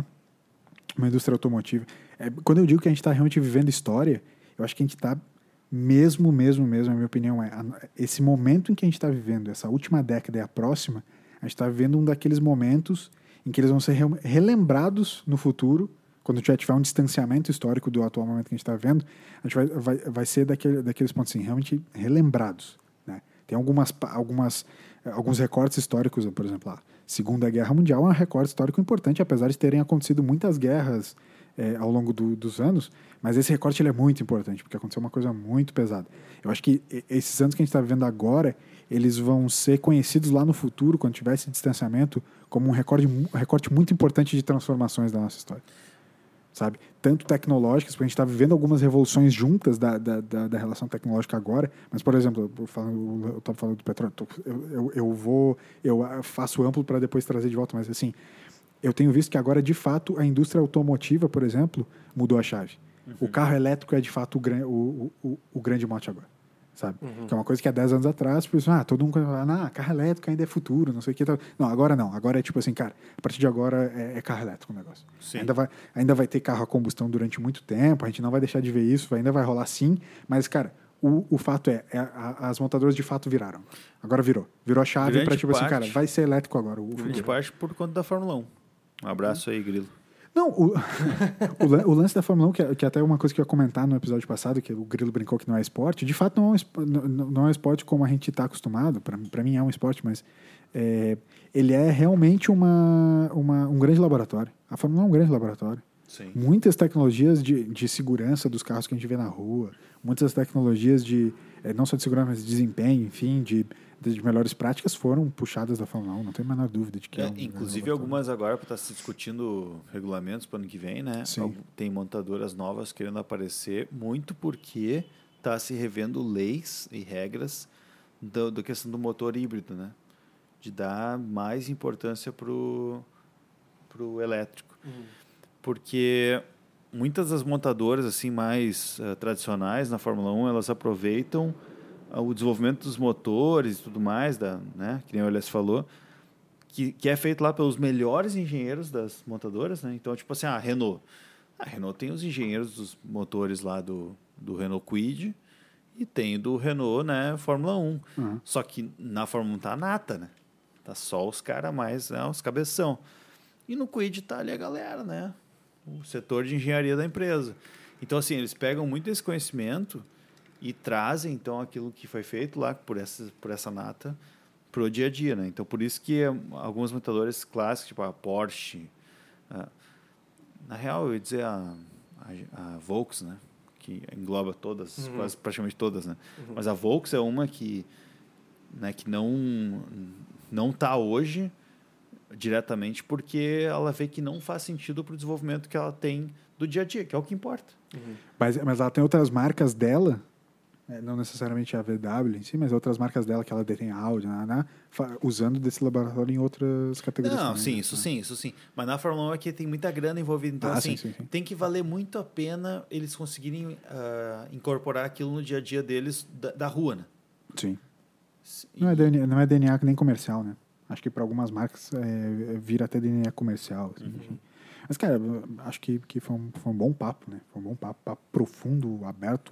uma indústria automotiva. É, quando eu digo que a gente está realmente vivendo história, eu acho que a gente está mesmo, mesmo, mesmo, a minha opinião é, a, esse momento em que a gente está vivendo, essa última década e a próxima, a gente está vivendo um daqueles momentos em que eles vão ser re, relembrados no futuro, quando já tiver um distanciamento histórico do atual momento que a gente está vendo, a gente vai, vai, vai ser daquele, daqueles pontos assim, realmente relembrados. Né? Tem algumas, algumas, alguns recortes históricos, por exemplo, a Segunda Guerra Mundial é um recorte histórico importante, apesar de terem acontecido muitas guerras é, ao longo do, dos anos, mas esse recorte ele é muito importante, porque aconteceu uma coisa muito pesada. Eu acho que esses anos que a gente está vivendo agora, eles vão ser conhecidos lá no futuro, quando tiver esse distanciamento, como um recorte, um recorte muito importante de transformações da nossa história. Sabe? Tanto tecnológicas, porque a gente está vivendo algumas revoluções juntas da, da, da, da relação tecnológica agora, mas, por exemplo, eu estava falando do petróleo, eu, eu, eu vou, eu faço amplo para depois trazer de volta, mas assim, eu tenho visto que agora, de fato, a indústria automotiva, por exemplo, mudou a chave. Uhum. O carro elétrico é, de fato, o, o, o, o grande mote agora. Sabe? Uhum. Que é uma coisa que há dez anos atrás, por isso, ah, todo mundo fala, ah, carro elétrico ainda é futuro, não sei o que. Não, agora não. Agora é tipo assim, cara, a partir de agora é, é carro elétrico o negócio. Ainda vai, ainda vai ter carro a combustão durante muito tempo, a gente não vai deixar de ver isso, ainda vai rolar sim, mas, cara, o, o fato é, é a, as montadoras de fato viraram. Agora virou. Virou a chave para tipo parte, assim, cara, vai ser elétrico agora. O
grande parte por conta da Fórmula um. Um abraço aí, Grilo.
Não, o, o, o lance da Fórmula um, que, que até é uma coisa que eu ia comentar no episódio passado, que o Grilo brincou que não é esporte, de fato não é um, não, não é um esporte como a gente está acostumado, para mim é um esporte, mas é, ele é realmente uma, uma, um grande laboratório. A Fórmula um é um grande laboratório.
Sim.
Muitas tecnologias de, de segurança dos carros que a gente vê na rua, muitas tecnologias de, é, não só de segurança, mas de desempenho, enfim, de, de melhores práticas foram puxadas da Fórmula um, não tem a menor dúvida de que...
É,
é um
inclusive algumas agora, para estar se discutindo regulamentos para o ano que vem, né?
Sim.
Tem montadoras novas querendo aparecer, muito porque está se revendo leis e regras da, da questão do motor híbrido, né? De dar mais importância para o elétrico. Uhum. Porque muitas das montadoras assim, mais uh, tradicionais na Fórmula um, elas aproveitam uh, o desenvolvimento dos motores e tudo mais, da, né? Que nem o Elias falou, que, que é feito lá pelos melhores engenheiros das montadoras, né? Então, tipo assim, a Renault. A Renault tem os engenheiros dos motores lá do, do Renault Kwid e tem do Renault, né, Fórmula um. Uhum. Só que na Fórmula um tá a nata, né? Tá só os caras mais, né, os cabeção. E no Kwid tá ali a galera, né? O setor de engenharia da empresa. Então, assim, eles pegam muito esse conhecimento e trazem, então, aquilo que foi feito lá por essa, por essa nata para o dia a dia, né? Então, por isso que alguns montadores clássicos, tipo a Porsche, a, na real, eu ia dizer a, a, a Volks, né? Que engloba todas, uhum. quase praticamente todas, né? Uhum. Mas a Volks é uma que, né, que não não está hoje diretamente porque ela vê que não faz sentido para o desenvolvimento que ela tem do dia a dia, que é o que importa.
Uhum. Mas, mas ela tem outras marcas dela, não necessariamente a V W em si, mas outras marcas dela que ela detém áudio, né, né, usando desse laboratório em outras categorias.
Não,
também,
sim,
né?
isso sim, isso sim. Mas na Fórmula um aqui tem muita grana envolvida, então
ah,
assim,
sim, sim, sim.
tem que valer muito a pena eles conseguirem uh, incorporar aquilo no dia a dia deles da, da rua, né?
Sim.
E...
Não, é D N A, não é D N A nem comercial, né? Acho que para algumas marcas é, vira até D N A comercial. Assim, uhum. Mas, cara, acho que, que foi, um, foi um bom papo, né? Foi um bom papo, papo profundo, aberto,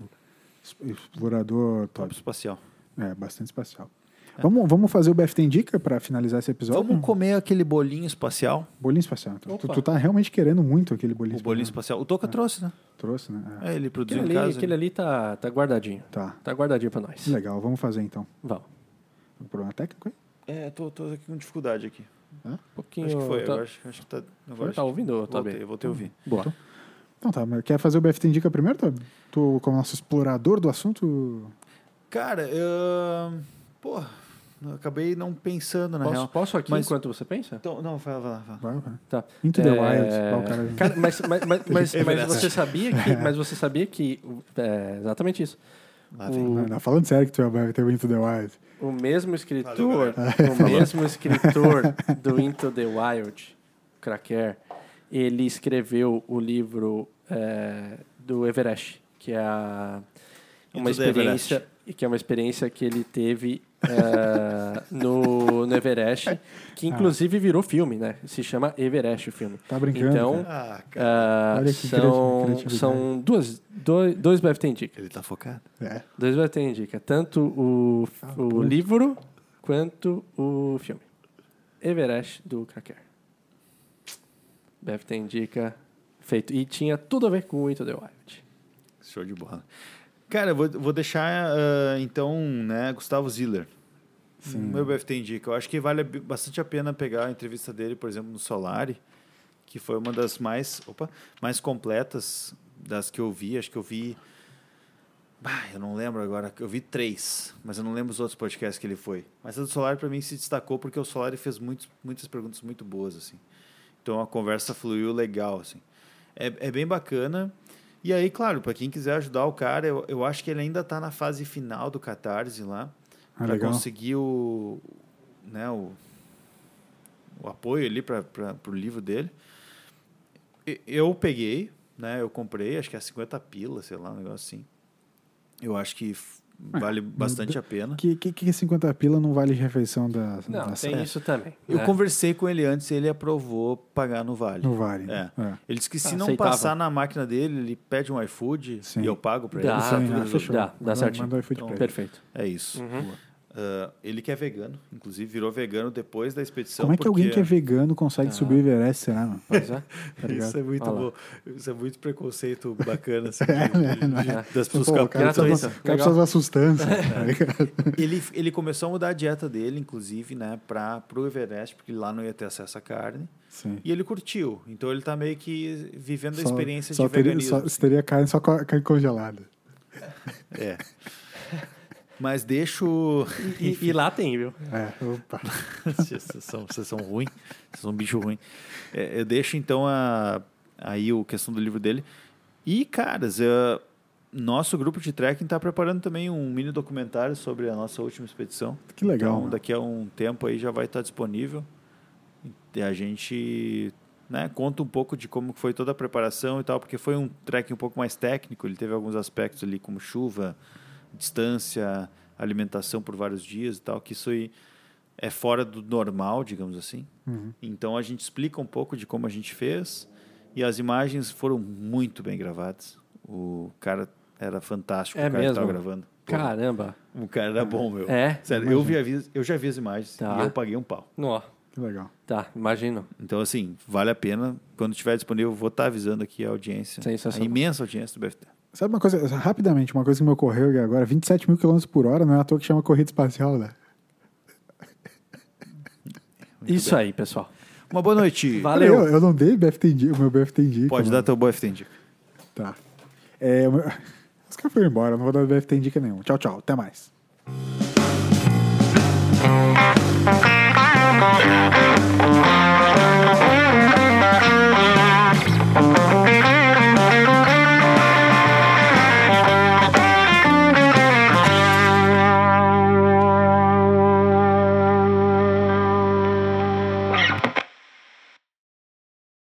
explorador...
Papo espacial.
É, bastante espacial. É. Vamos, vamos fazer o B F T Indica para finalizar esse episódio?
Vamos comer aquele bolinho espacial.
Bolinho espacial. Então. Tu, tu tá realmente querendo muito aquele bolinho
o
espacial.
bolinho espacial. O Toca
é.
trouxe, né?
Trouxe, né?
É, é ele produziu
aquele
em
ali,
casa.
Aquele ali tá, tá guardadinho.
Tá.
Tá guardadinho para nós.
Legal, vamos fazer então.
Vamos.
Um problema técnico aí?
É, tô, tô aqui com dificuldade aqui.
É? Um pouquinho.
Acho que foi,
tá...
eu acho, acho que tá... Agora
tá ouvindo, tá
voltei, eu voltei a ouvir.
Boa. Então, então tá, mas quer fazer o B F T Indica primeiro? Tu, tu como nosso explorador do assunto?
Cara, eu... Pô, eu acabei não pensando, na
posso,
real.
Posso aqui
mas...
enquanto você pensa?
Então, não, vai, vai, vai.
Vai, vai.
Tá.
Into the
é...
Wild. Cara...
cara, mas, mas, mas, mas, mas você sabia que... Mas você sabia que... É exatamente isso.
Lá o... não, não, falando sério que tu vai ter o Into the Wild.
O mesmo escritor, Valeu, o mesmo escritor do Into the Wild, Cracker, ele escreveu o livro é, do Everest, que é a, uma experiência, que é uma experiência que ele teve é, no, no Everest, que inclusive virou filme, né? Se chama Everest o filme.
Tá brincando?
Então,
ah,
uh, Olha que são, são duas, dois, dois B F T Indica.
Ele tá focado.
É.
Dois B F T Indica. Tanto o, ah, o pô. livro quanto o filme. Everest do Cracker. B F T Indica feito. E tinha tudo a ver com o Into the Wild.
Show de bola. Cara, eu vou, vou deixar, uh, então, né, Gustavo Ziller. Sim. Meu B F T Indica. Eu acho que vale bastante a pena pegar a entrevista dele, por exemplo, no Solari, que foi uma das mais, opa, mais completas das que eu vi. Acho que eu vi... Bah, eu não lembro agora. Eu vi três, mas eu não lembro os outros podcasts que ele foi. Mas a do Solari, para mim, se destacou porque o Solari fez muitos, muitas perguntas muito boas, assim. Então, a conversa fluiu legal, assim. É, é bem bacana. E aí, claro, para quem quiser ajudar o cara, eu, eu acho que ele ainda está na fase final do Catarse lá, ah, para conseguir o, né, o, o apoio ali para o livro dele. Eu peguei, né, eu comprei, acho que é cinquenta pila, sei lá, um negócio assim. Eu acho que vale ah, bastante a pena.
Que, que, que cinquenta pila não vale refeição da...
Não,
da
tem
série.
isso também.
Eu
né?
conversei com ele antes e ele aprovou pagar no Vale.
No Vale.
É.
é.
Ele disse que se
ah,
não
aceitava.
passar na máquina dele, ele pede um iFood Sim. e eu pago para ele.
Dá,
Sim,
ah,
fechou.
Dá, dá certinho.
Manda o iFood
então,
pra ele.
Perfeito.
É isso.
Uhum.
Uh, ele que é vegano, inclusive virou vegano depois da expedição.
Como é que
porque...
alguém que é vegano consegue ah. subir o Everest, será, mano?
Pois é.
Tá isso é muito
Olha
bom. Isso é muito preconceito bacana. Assim,
é,
de,
né,
de,
não
é. Das pessoas
Pô, o cara precisa de uma sustância.
É. ele, ele começou a mudar a dieta dele, inclusive, né, para o Everest, porque lá não ia ter acesso à carne.
Sim.
E ele curtiu. Então ele tá meio que vivendo
só,
a experiência
só
de
teria,
veganismo.
Só, teria carne só carne congelada.
É. Mas deixo...
E, e lá tem, viu?
É, opa.
Vocês são, vocês são ruins, vocês são um bicho ruim. É, eu deixo, então, a, aí a questão do livro dele. E, caras, eu, nosso grupo de trekking está preparando também um mini documentário sobre a nossa última expedição.
Que legal.
Então, daqui a um tempo aí já vai estar disponível. E a gente... Né, conta um pouco de como foi toda a preparação e tal, porque foi um trekking um pouco mais técnico, ele teve alguns aspectos ali como chuva, distância, alimentação por vários dias e tal, que isso aí é fora do normal, digamos assim.
Uhum.
Então a gente explica um pouco de como a gente fez e as imagens foram muito bem gravadas. O cara era fantástico,
É
o cara
mesmo?
que estava gravando. Pô,
Caramba.
o cara era bom, meu.
É?
Sério, eu, vi, a- eu já vi as imagens
Tá.
e eu paguei um pau.
Ó,
Que legal.
tá, imagino.
Então, assim, vale a pena. Quando estiver disponível, eu vou estar avisando aqui a audiência.
Sensacional.
A imensa audiência do B F T.
Sabe uma coisa, rapidamente, uma coisa que me ocorreu agora, vinte e sete mil quilômetros por hora, não é à toa que chama corrida espacial, né?
Muito
Isso
bem.
aí, pessoal.
Uma boa noite.
Valeu.
Eu, eu não dei B F T Indica, o meu B F T Indica.
Pode
mano.
dar teu B F T Indica.
Tá. É, o meu... Os caras foram embora, eu não vou dar B F T Indica nenhum. Tchau, tchau. Até mais.